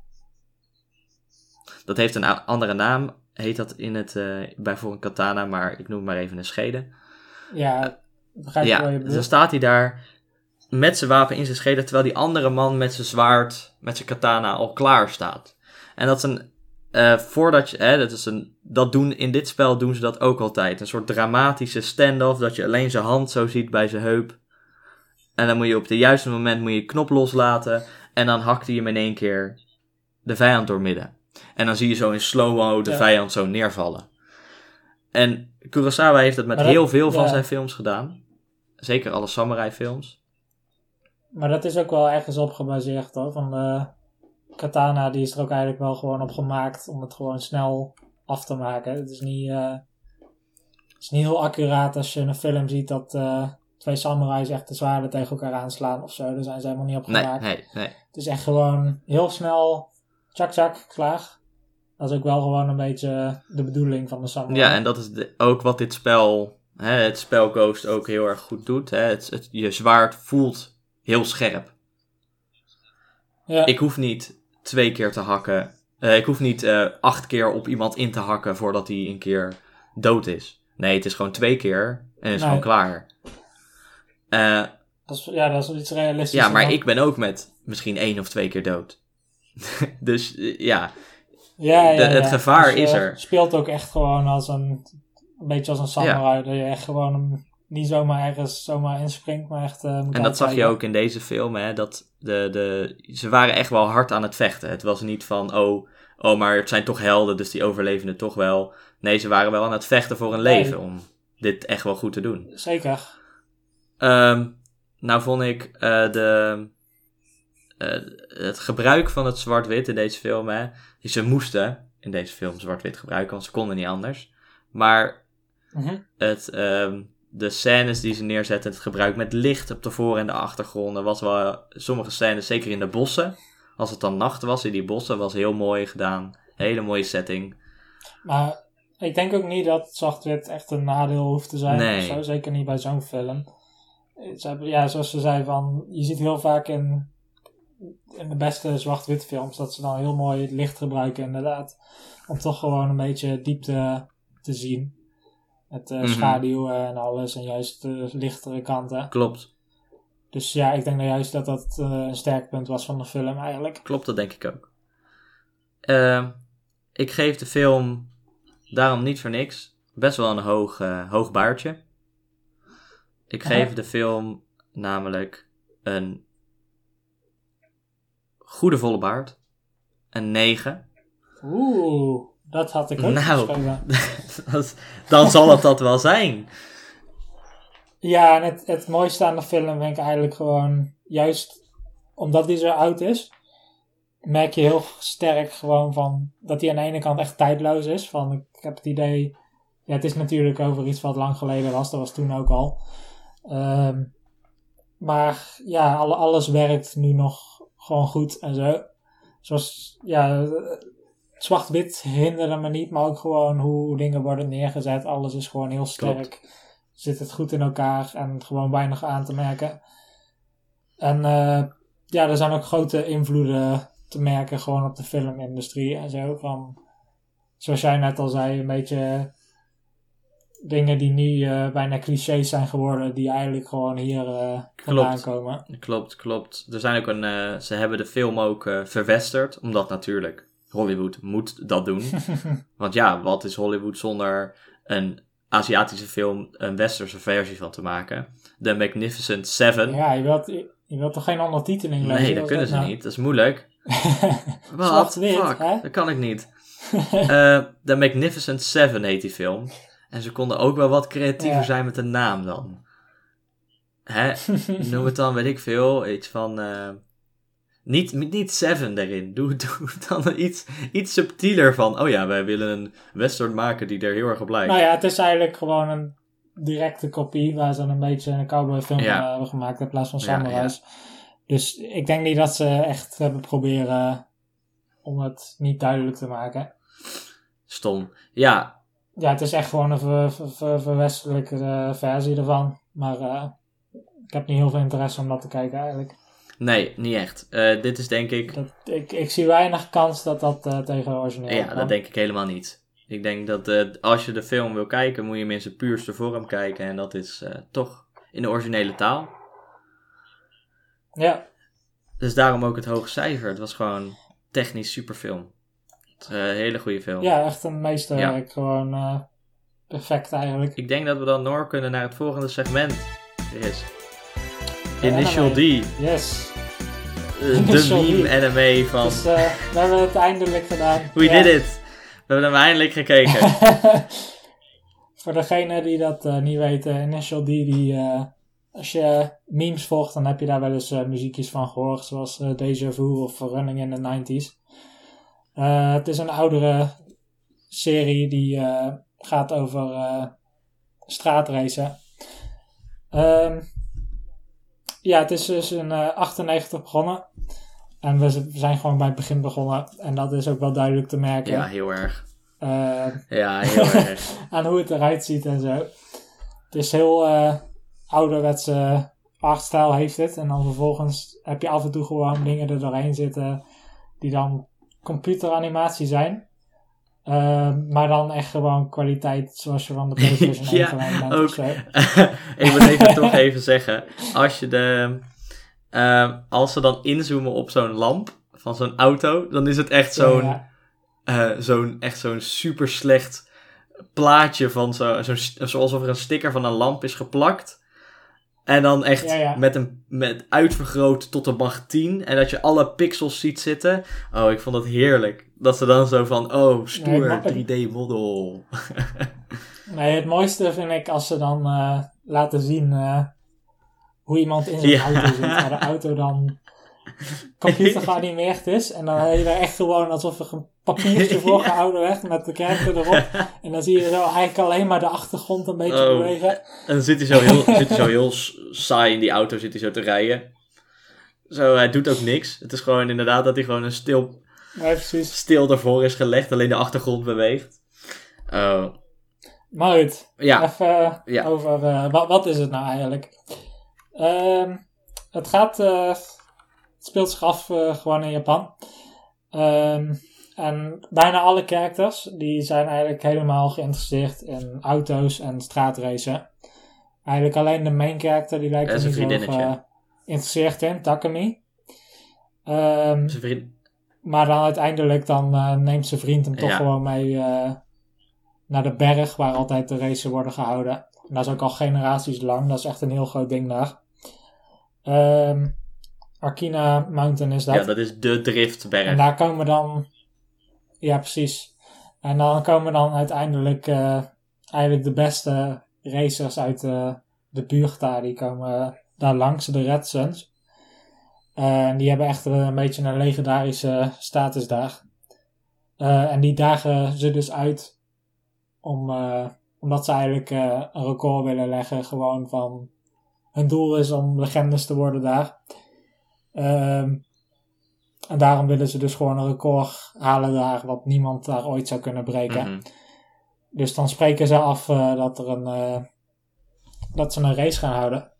Dat heeft een andere naam. Heet dat in het, uh, bij voor een katana, maar ik noem het maar even een schede. Ja, begrijp je ja, wat je bedoelt. Dan staat hij daar met zijn wapen in zijn schede, terwijl die andere man met zijn zwaard, met zijn katana al klaar staat. En dat is een, uh, voordat je, hè, dat is een, dat doen, in dit spel doen ze dat ook altijd. Een soort dramatische standoff, dat je alleen zijn hand zo ziet bij zijn heup. En dan moet je op het juiste moment moet je knop loslaten. En dan hakt hij hem in één keer de vijand doormidden. En dan zie je zo in slow-mo de ja. vijand zo neervallen. En Kurosawa heeft dat met dat, heel veel van ja. zijn films gedaan. Zeker alle samurai films. Maar dat is ook wel ergens op gebaseerd hoor. Van de katana die is er ook eigenlijk wel gewoon op gemaakt. Om het gewoon snel af te maken. Het is niet, uh, het is niet heel accuraat als je een film ziet dat... Uh, twee samurais echt de zwaarden tegen elkaar aanslaan of zo. Daar zijn ze helemaal niet op gemaakt. Nee, nee, nee. Het is echt gewoon heel snel, tjak tjak, klaar. Dat is ook wel gewoon een beetje de bedoeling van de samurai. Ja, en dat is de, ook wat dit spel, hè, het spel Ghost ook heel erg goed doet. Hè. Het, het, je zwaard voelt heel scherp. Ja. Ik hoef niet twee keer te hakken. Uh, ik hoef niet uh, acht keer op iemand in te hakken voordat hij een keer dood is. Nee, het is gewoon twee keer en is nee. gewoon klaar. Uh, dat is, ja, dat is iets realistisch. Ja, maar dan. Ik ben ook met misschien één of twee keer dood. Dus uh, ja, ja, ja, de, het ja. gevaar dus, uh, is er. Speelt ook echt gewoon als een, een beetje als een samurai. Ja. Dat je echt gewoon hem niet zomaar ergens zomaar inspringt, maar echt uh, moet En dat zag je ook in deze film, hè. Dat de, de, ze waren echt wel hard aan het vechten. Het was niet van, oh, oh, maar het zijn toch helden, dus die overleven het toch wel. Nee, ze waren wel aan het vechten voor een leven nee. om dit echt wel goed te doen. Zeker. Um, nou vond ik uh, de, uh, het gebruik van het zwart-wit in deze film, hè, ze moesten in deze film zwart-wit gebruiken, want ze konden niet anders. Maar mm-hmm. het, um, de scènes die ze neerzetten, het gebruik met licht op de voor- en de achtergronden, was wel sommige scènes, zeker in de bossen, als het dan nacht was in die bossen, was heel mooi gedaan. Hele mooie setting. Maar ik denk ook niet dat zwart-wit echt een nadeel hoeft te zijn. Nee. Of zo. Zeker niet bij zo'n film. Ja, zoals ze zei, van, je ziet heel vaak in, in de beste zwart-wit films dat ze dan heel mooi het licht gebruiken inderdaad. Om toch gewoon een beetje diepte te zien. Met uh, mm-hmm. schaduwen en alles en juist de lichtere kanten. Klopt. Dus ja, ik denk nou juist dat dat uh, een sterk punt was van de film eigenlijk. Klopt, dat denk ik ook. Uh, ik geef de film daarom niet voor niks best wel een hoog, uh, hoog baardje. Ik geef Aha. de film namelijk een goede volle baard. Een negen. Oeh, dat had ik ook nou, geschreven. Dan zal het dat wel zijn. Ja, en het, het mooiste aan de film vind ik eigenlijk gewoon, juist omdat hij zo oud is, merk je heel sterk gewoon van, dat hij aan de ene kant echt tijdloos is. Van, ik heb het idee, ja, het is natuurlijk over iets wat lang geleden was, dat was toen ook al. Um, maar ja, alle, alles werkt nu nog gewoon goed en zo. Zoals, ja, zwart-wit hinderde me niet, maar ook gewoon hoe dingen worden neergezet. Alles is gewoon heel sterk. Klopt. Zit het goed in elkaar en gewoon weinig aan te merken. En uh, ja, er zijn ook grote invloeden te merken gewoon op de filmindustrie en zo. Van, zoals jij net al zei, een beetje dingen die nu uh, bijna clichés zijn geworden, die eigenlijk gewoon hier uh, vandaan komen. Klopt, klopt. Er zijn ook een, uh, ze hebben de film ook uh, verwesterd, omdat natuurlijk Hollywood moet dat doen. Want ja, wat is Hollywood zonder een Aziatische film een westerse versie van te maken? The Magnificent Seven. Ja, je wilt, je, je wilt toch geen ondertiteling lezen? Nee, dat kunnen dat ze nou? niet. Dat is moeilijk. Wat? Fuck, hè? Dat kan ik niet. uh, The Magnificent Seven heet die film. En ze konden ook wel wat creatiever ja. zijn met de naam dan. Hè? Noem het dan, weet ik veel, iets van... Uh, niet, niet Seven erin. Doe, doe dan iets, iets subtieler van... Oh ja, wij willen een western maken die er heel erg op lijkt. Nou ja, het is eigenlijk gewoon een directe kopie... waar ze een beetje een cowboy film ja. hebben gemaakt in plaats van samurais. Ja, Dus ik denk niet dat ze echt hebben proberen om het niet duidelijk te maken. Stom. Ja. Ja, het is echt gewoon een ver, ver, ver, verwestelijke uh, versie ervan. Maar uh, ik heb niet heel veel interesse om dat te kijken eigenlijk. Nee, niet echt. Uh, dit is denk ik... Dat, ik... Ik zie weinig kans dat dat uh, tegen de origineel Ja, kan. dat denk ik helemaal niet. Ik denk dat uh, als je de film wil kijken, moet je hem in zijn puurste vorm kijken. En dat is uh, toch in de originele taal. Ja. Dus daarom ook het hoge cijfer. Het was gewoon technisch superfilm. Het is een hele goede film. Ja, echt een meesterwerk. Ja. Gewoon uh, perfect eigenlijk. Ik denk dat we dan door kunnen naar het volgende segment. Is Initial D. Yes. Uh, de meme anime van... Dus uh, we hebben het eindelijk gedaan. We ja. did it. We hebben hem eindelijk gekeken. Voor degenen die dat uh, niet weten, Initial D, die, uh, als je memes volgt, dan heb je daar wel eens uh, muziekjes van gehoord, zoals uh, Deja Vu of Running in the nineties. Uh, het is een oudere serie die uh, gaat over uh, straatracen. Um, ja, het is dus in uh, achtennegentig begonnen. En we zijn gewoon bij het begin begonnen. En dat is ook wel duidelijk te merken. Ja, heel erg. Uh, ja, heel erg. aan hoe het eruit ziet en zo. Het is heel uh, ouderwetse artstijl heeft het. En dan vervolgens heb je af en toe gewoon dingen er doorheen zitten die dan computeranimatie zijn. Uh, maar dan echt gewoon kwaliteit zoals je van de PlayStation ja, één gewend bent ook. of zo. Ik moet even toch even zeggen. Als je de... Uh, als ze dan inzoomen op zo'n lamp van zo'n auto, dan is het echt zo'n... Ja, ja. Uh, zo'n echt zo'n super slecht plaatje van zo, zo, zoals of er een sticker van een lamp is geplakt. En dan echt ja, ja. Met een met uitvergroot tot de macht tien. En dat je alle pixels ziet zitten. Oh, ik vond dat heerlijk. Dat ze dan zo van, oh, stoer, nee, drie D model. Nee, het mooiste vind ik als ze dan uh, laten zien uh, hoe iemand in zijn ja. auto zit. Waar de auto dan computer geanimeerd is. En dan heb je er echt gewoon alsof er een papiertje voor gehouden werd met de character erop. En dan zie je zo eigenlijk alleen maar de achtergrond een beetje oh. bewegen. En dan zit hij zo heel, zit hij zo heel saai in die auto, zit hij zo te rijden. Zo, hij doet ook niks. Het is gewoon inderdaad dat hij gewoon een stil, ja, precies. stil ervoor is gelegd, alleen de achtergrond beweegt. Oh. Maar goed, ja. even ja. over, uh, wat, wat is het nou eigenlijk? Uh, het gaat, uh, het speelt zich af uh, gewoon in Japan. Um, en bijna alle characters, die zijn eigenlijk helemaal geïnteresseerd in auto's en straatracen. Eigenlijk alleen de main character, die lijkt er niet zo uh, geïnteresseerd in, Takumi. Um, zijn vriend. Maar dan uiteindelijk dan, uh, neemt zijn vriend hem toch ja. gewoon mee uh, naar de berg, waar altijd de racen worden gehouden. En dat is ook al generaties lang, dat is echt een heel groot ding daar. Um, Arkina Mountain is dat. Ja, dat is de driftberg. En daar komen dan... Ja, precies. En dan komen dan uiteindelijk uh, eigenlijk de beste racers uit uh, de buurt daar. Die komen uh, daar langs, de Red Suns. Uh, en die hebben echt een beetje een legendarische status daar. Uh, en die dagen ze dus uit om, uh, omdat ze eigenlijk uh, een record willen leggen. Gewoon van... Hun doel is om legendes te worden daar. Um, en daarom willen ze dus gewoon een record halen daar, wat niemand daar ooit zou kunnen breken. Mm-hmm. Dus dan spreken ze af uh, dat er een uh, dat ze een race gaan houden.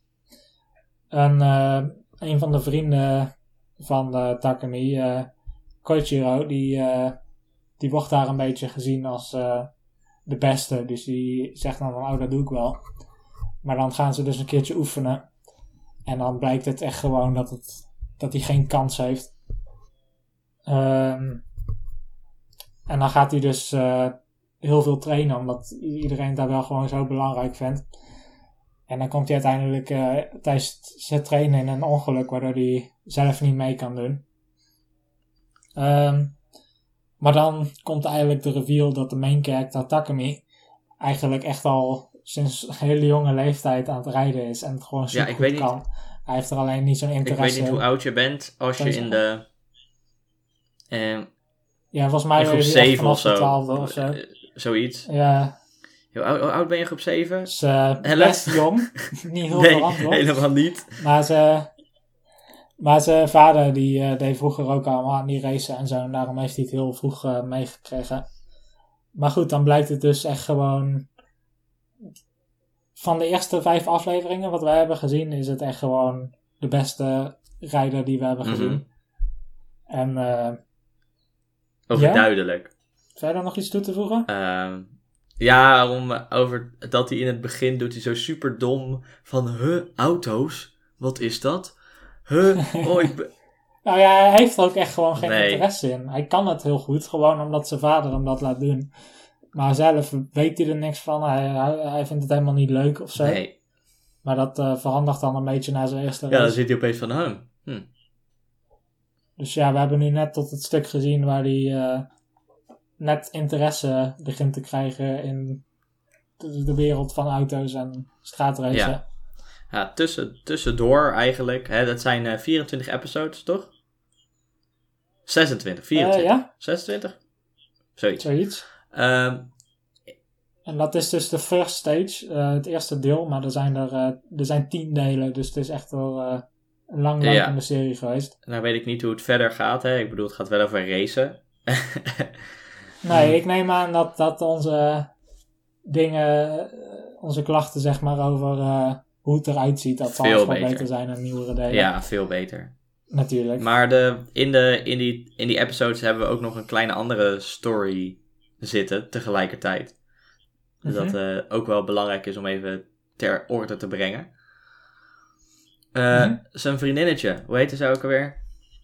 En uh, een van de vrienden van uh, Takumi, uh, Koichiro, die, uh, die wordt daar een beetje gezien als uh, de beste. Dus die zegt dan van, oh, dat doe ik wel. Maar dan gaan ze dus een keertje oefenen. En dan blijkt het echt gewoon dat het dat hij geen kans heeft. Um, en dan gaat hij dus uh, heel veel trainen, omdat iedereen daar wel gewoon zo belangrijk vindt. En dan komt hij uiteindelijk uh, tijdens zijn trainen in een ongeluk, waardoor hij zelf niet mee kan doen. Um, maar dan komt eigenlijk de reveal dat de main character Takumi eigenlijk echt al sinds een hele jonge leeftijd aan het rijden is en het gewoon super ja, goed kan. Niet. Hij heeft er alleen niet zo'n interesse in. Ik weet niet hoe oud je bent als je in de... Uh, ja, volgens mij groep zeven of zo. of zo. Uh, zoiets. Ja. Hoe oud, hoe oud ben je groep zeven? Ze uh, best jong. Niet heel nee, verantwoord. helemaal niet. Maar ze... Maar zijn vader die uh, deed vroeger ook allemaal aan die racen en zo. En daarom heeft hij het heel vroeg uh, meegekregen. Maar goed, dan blijkt het dus echt gewoon... Van de eerste vijf afleveringen wat wij hebben gezien... is het echt gewoon de beste rijder die we hebben gezien. Mm-hmm. En... Uh, Overduidelijk. Ja? Zou je daar nog iets toe te voegen? Uh, ja, om, over dat hij in het begin doet hij zo super dom van... Huh, auto's? Wat is dat? Huh, oh, ik ben... Nou ja, hij heeft er ook echt gewoon geen nee. interesse in. Hij kan het heel goed, gewoon omdat zijn vader hem dat laat doen. Maar zelf weet hij er niks van. Hij, hij, hij vindt het helemaal niet leuk of zo. Nee. Maar dat uh, verandert dan een beetje na zijn eerste race. Ja, dan zit hij opeens van... Huh. Hm. Dus ja, we hebben nu net tot het stuk gezien waar hij uh, net interesse begint te krijgen in de, de wereld van auto's en straatracen. Ja, ja tussen, tussendoor eigenlijk. Hè, dat zijn uh, vierentwintig episodes, toch? zesentwintig, vierentwintig. Uh, ja? zesentwintig? Zoiets. Zoiets. Um, en dat is dus de first stage, uh, het eerste deel. Maar er zijn er, uh, er zijn tien delen, dus het is echt wel... Uh, een langlopende ja. serie geweest. Nou weet ik niet hoe het verder gaat. Hè? Ik bedoel, het gaat wel over racen. Nee, ik neem aan dat, dat onze dingen, onze klachten zeg maar over uh, hoe het eruit ziet, dat zal veel beter. beter zijn dan nieuwere delen. Ja, veel beter. Natuurlijk. Maar de, in, de, in, die, in die episodes hebben we ook nog een kleine andere story zitten tegelijkertijd. Mm-hmm. Dat uh, ook wel belangrijk is om even ter orde te brengen. Uh, mm-hmm. Zijn vriendinnetje, hoe heette ze ook alweer?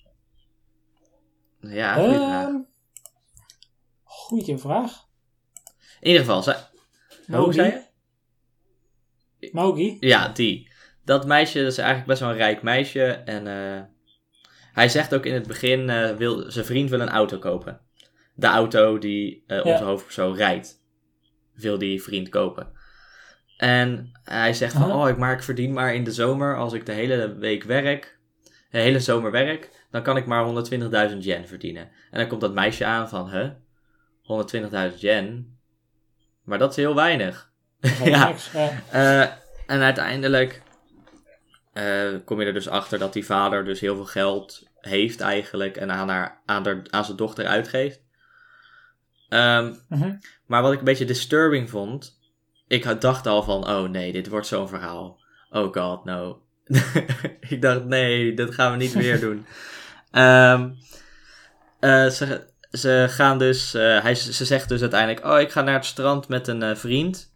Ja, goeie uh, vraag. Goeie vraag. In ieder geval, zij... hoe zei je? Mogi? Ja, die. Dat meisje dat is eigenlijk best wel een rijk meisje. En uh, hij zegt ook in het begin, uh, wil, zijn vriend wil een auto kopen. De auto die uh, onze ja. hoofdpersoon rijdt, wil die vriend kopen. En hij zegt van, uh-huh. oh, ik, maar ik verdien maar in de zomer, als ik de hele week werk, de hele zomer werk, dan kan ik maar honderdtwintigduizend yen verdienen. En dan komt dat meisje aan van, huh, honderdtwintigduizend yen? Maar dat is heel weinig. ja. Niks, ja. Uh, en uiteindelijk uh, kom je er dus achter dat die vader dus heel veel geld heeft eigenlijk en aan, haar, aan, haar, aan zijn dochter uitgeeft. Um, uh-huh. Maar wat ik een beetje disturbing vond, ik dacht al van, oh nee, dit wordt zo'n verhaal. Oh god, no. ik dacht, nee, dat gaan we niet weer doen. Um, uh, ze, ze gaan dus, uh, hij, ze zegt dus uiteindelijk, oh, ik ga naar het strand met een uh, vriend.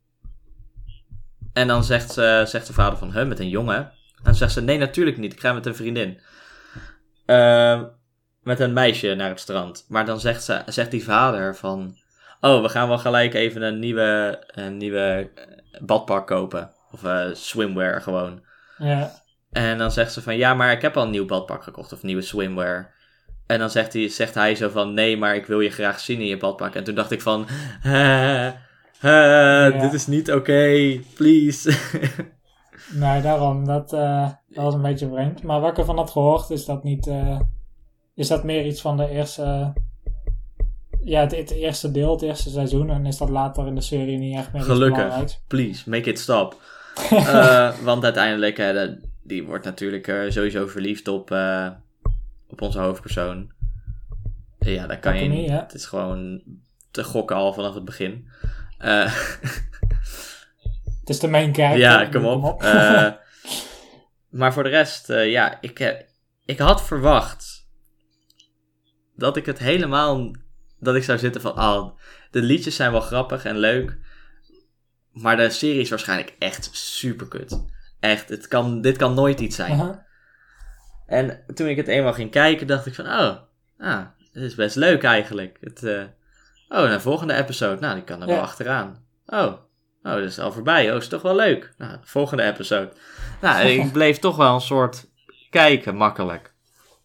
En dan zegt, ze, zegt de vader van, huh, met een jongen? En dan zegt ze, nee, natuurlijk niet, ik ga met een vriendin. Uh, met een meisje naar het strand. Maar dan zegt, ze, zegt die vader van, oh, we gaan wel gelijk even een nieuwe, een nieuwe badpak kopen. Of uh, swimwear gewoon. Ja. En dan zegt ze van, ja, maar ik heb al een nieuw badpak gekocht. Of nieuwe swimwear. En dan zegt hij, zegt hij zo van, nee, maar ik wil je graag zien in je badpak. En toen dacht ik van, uh, uh, ja. dit is niet oké, okay, please. Nee, daarom. Dat, uh, dat was een beetje vreemd. Maar wat ik ervan had gehoord, is dat niet... Uh, is dat meer iets van de eerste... Uh, ja, het, het eerste deel, het eerste seizoen. En is dat later in de serie niet echt meer Gelukkig. iets belangrijks. Please, make it stop. uh, want uiteindelijk, uh, de, die wordt natuurlijk uh, sowieso verliefd op, uh, op onze hoofdpersoon. Uh, ja, dat kan je niet. Het is gewoon te gokken al vanaf het begin. Uh, het is de main character. Ja, kom op. Kom op. uh, maar voor de rest, uh, ja, ik, uh, ik had verwacht dat ik het helemaal... Dat ik zou zitten van, oh, de liedjes zijn wel grappig en leuk. Maar de serie is waarschijnlijk echt super kut. Echt, het kan, dit kan nooit iets zijn. Uh-huh. En toen ik het eenmaal ging kijken, dacht ik van, oh, ah, dit is best leuk eigenlijk. Het, uh, oh, de volgende episode, nou, die kan er ja. wel achteraan. Oh, oh, dat is al voorbij. Oh, is toch wel leuk. Nou, de volgende episode. Nou, ik bleef toch wel een soort kijken, makkelijk.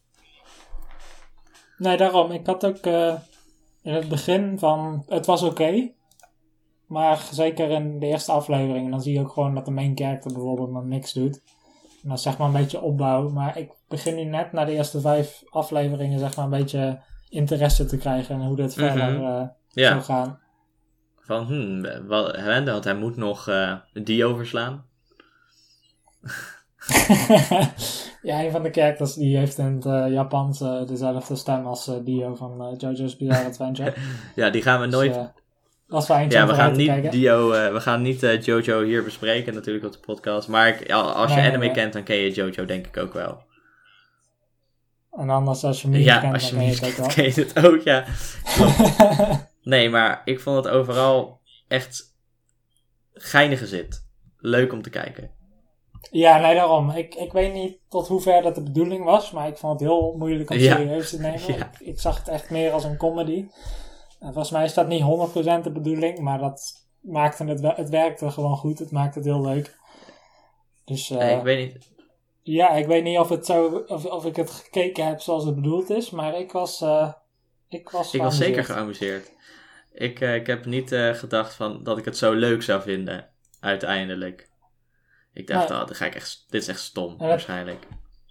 Nee, daarom. Ik had ook uh, in het begin van, het was oké. Okay, maar zeker in de eerste aflevering, dan zie je ook gewoon dat de main character bijvoorbeeld nog niks doet. En dat is zeg maar een beetje opbouw. Maar ik begin nu net na de eerste vijf afleveringen zeg maar een beetje interesse te krijgen in hoe dit mm-hmm. verder uh, ja. zou gaan. Van, hmm, wat, want hij moet nog uh, die overslaan. Ja, een van de characters die heeft in het uh, Japans uh, dezelfde stem als uh, Dio van uh, JoJo's Bizarre Adventure. Ja, die gaan we nooit... Dus, uh, dat is wel eentje ja, om we gaan te niet kijken. Dio, uh, we gaan niet uh, JoJo hier bespreken natuurlijk op de podcast. Maar ik, als je nee, anime nee. kent, dan ken je JoJo denk ik ook wel. En anders als je me ja, kent, als je dan ken je me het ook wel. ken je het ook, ja. Nee, maar ik vond het overal echt geinige zit. Leuk om te kijken. Ja, nee, daarom. Ik, ik weet niet tot hoever dat de bedoeling was, maar ik vond het heel moeilijk om Ja. serieus te nemen. Ja. Ik, ik zag het echt meer als een comedy. En volgens mij is dat niet honderd procent de bedoeling, maar dat maakte het, wel- het werkte gewoon goed. Het maakte het heel leuk. Dus uh, Nee, ik weet niet. ja, ik weet niet of, het zo, of, of ik het gekeken heb zoals het bedoeld is, maar ik was, uh, ik was Ik was zeker geamuseerd. geamuseerd. Ik, uh, ik heb niet uh, gedacht van dat ik het zo leuk zou vinden, uiteindelijk. Ik dacht, Nee. oh, dan ga ik echt, dit is echt stom, dat- waarschijnlijk.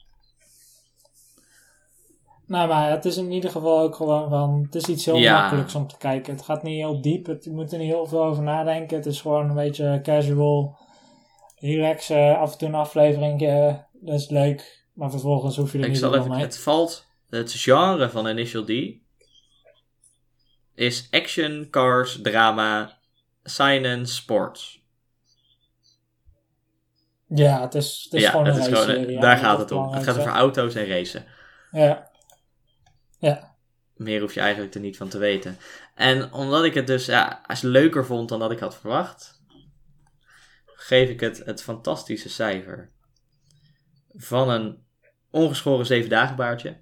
Nou, maar het is in ieder geval ook gewoon van... Het is iets heel Ja. makkelijks om te kijken. Het gaat niet heel diep. Het, je moet er niet heel veel over nadenken. Het is gewoon een beetje casual. Relaxen. Af en toe een aflevering. Dat is leuk. Maar vervolgens hoef je er Ik niet zal veel even, mee. het valt, het genre van Initial D is action, cars, drama, science, sports. Ja, het is, het is ja, gewoon het een is race gewoon, serie. daar gaat het om. Het gaat over over. auto's en racen. Ja. Ja. Meer hoef je eigenlijk er niet van te weten. En omdat ik het dus ja, als leuker vond dan dat ik had verwacht, geef ik het het fantastische cijfer van een ongeschoren zeven dagen baardje.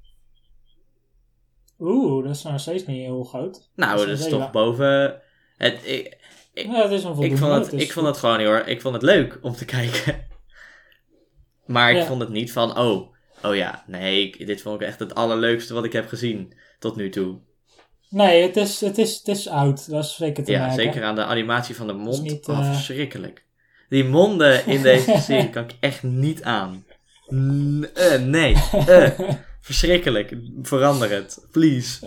Oeh, dat is nog steeds niet heel groot. Nou, Dat is dat is een toch zeven. boven... Het, ik, ik, Ja, het is een voldoende. ik, vond het, Het is ik vond goed. het gewoon heel erg... Ik vond het leuk om te kijken. Maar ik Ja. vond het niet van... Oh, oh ja, nee, ik- dit vond ik echt het allerleukste wat ik heb gezien tot nu toe. Nee, het is, het, is, het is oud. Dat is zeker te Ja, merken. zeker aan de animatie van de mond. niet, Oh, eh, verschrikkelijk. Die monden in deze serie kan ik echt niet aan. N- eh, nee, eh, verschrikkelijk. Verander het, please.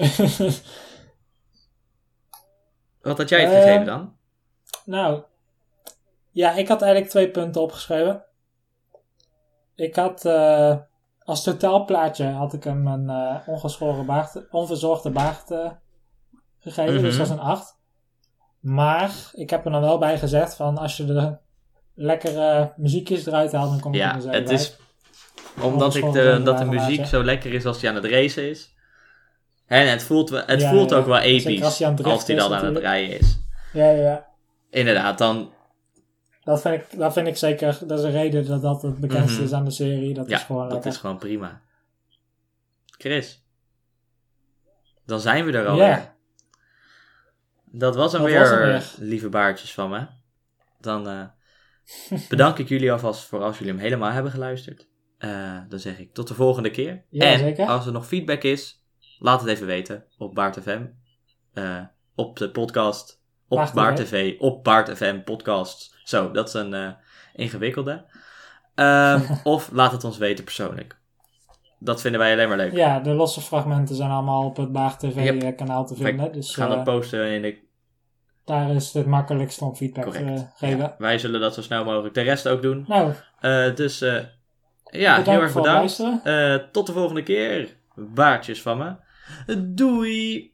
Wat had jij het Eh, gegeven dan? Nou, ja, ik had eigenlijk twee punten opgeschreven. Ik had uh, als totaalplaatje had ik hem een uh, ongeschoren baard, onverzorgde baard uh, gegeven, Mhm. dus dat is een acht. Maar ik heb er dan wel bij gezegd van als je de lekkere muziekjes eruit haalt, dan kom je Ja, op een zeven het is... bij. Omdat ik Ongeschoren de, zeven dat de dagen muziek later. zo lekker is als hij aan het racen is. Hè, En het voelt, wel- het Ja, voelt ja, ook wel zeker episch als hij aan het als hij driften dan is aan het natuurlijk. rijden is. Ja, ja. Inderdaad, dan... Dat vind, ik, dat vind ik zeker, dat is een reden dat dat het bekendste Mhm. is aan de serie. Dat Ja, is gewoon dat lekker. is gewoon prima. Chris. Dan zijn we er Ja. alweer. Dat was hem Dat weer, was hem weer. lieve baardjes van me. Dan eh, bedank ik jullie alvast voor als jullie hem helemaal hebben geluisterd. Eh, dan zeg ik tot de volgende keer. Ja, en zeker. als er nog feedback is, laat het even weten op Baart F M. Eh, op de podcast. Op Baart Baart T V. T V. Op Baart F M podcasts. Zo, dat is een eh, ingewikkelde. Ehm, of laat het ons weten persoonlijk. Dat vinden wij alleen maar leuk. Ja, de losse fragmenten zijn allemaal op het Baag T V Yep. eh, kanaal te vinden. Dus We gaan dat eh, posten in de... daar is het makkelijkst om feedback Correct. te geven. Ja, wij zullen dat zo snel mogelijk de rest ook doen. Nou, Eh, dus eh, ja, Bedankt heel erg voor het bedankt. luisteren. Eh, tot de volgende keer. Baartjes van me. Doei!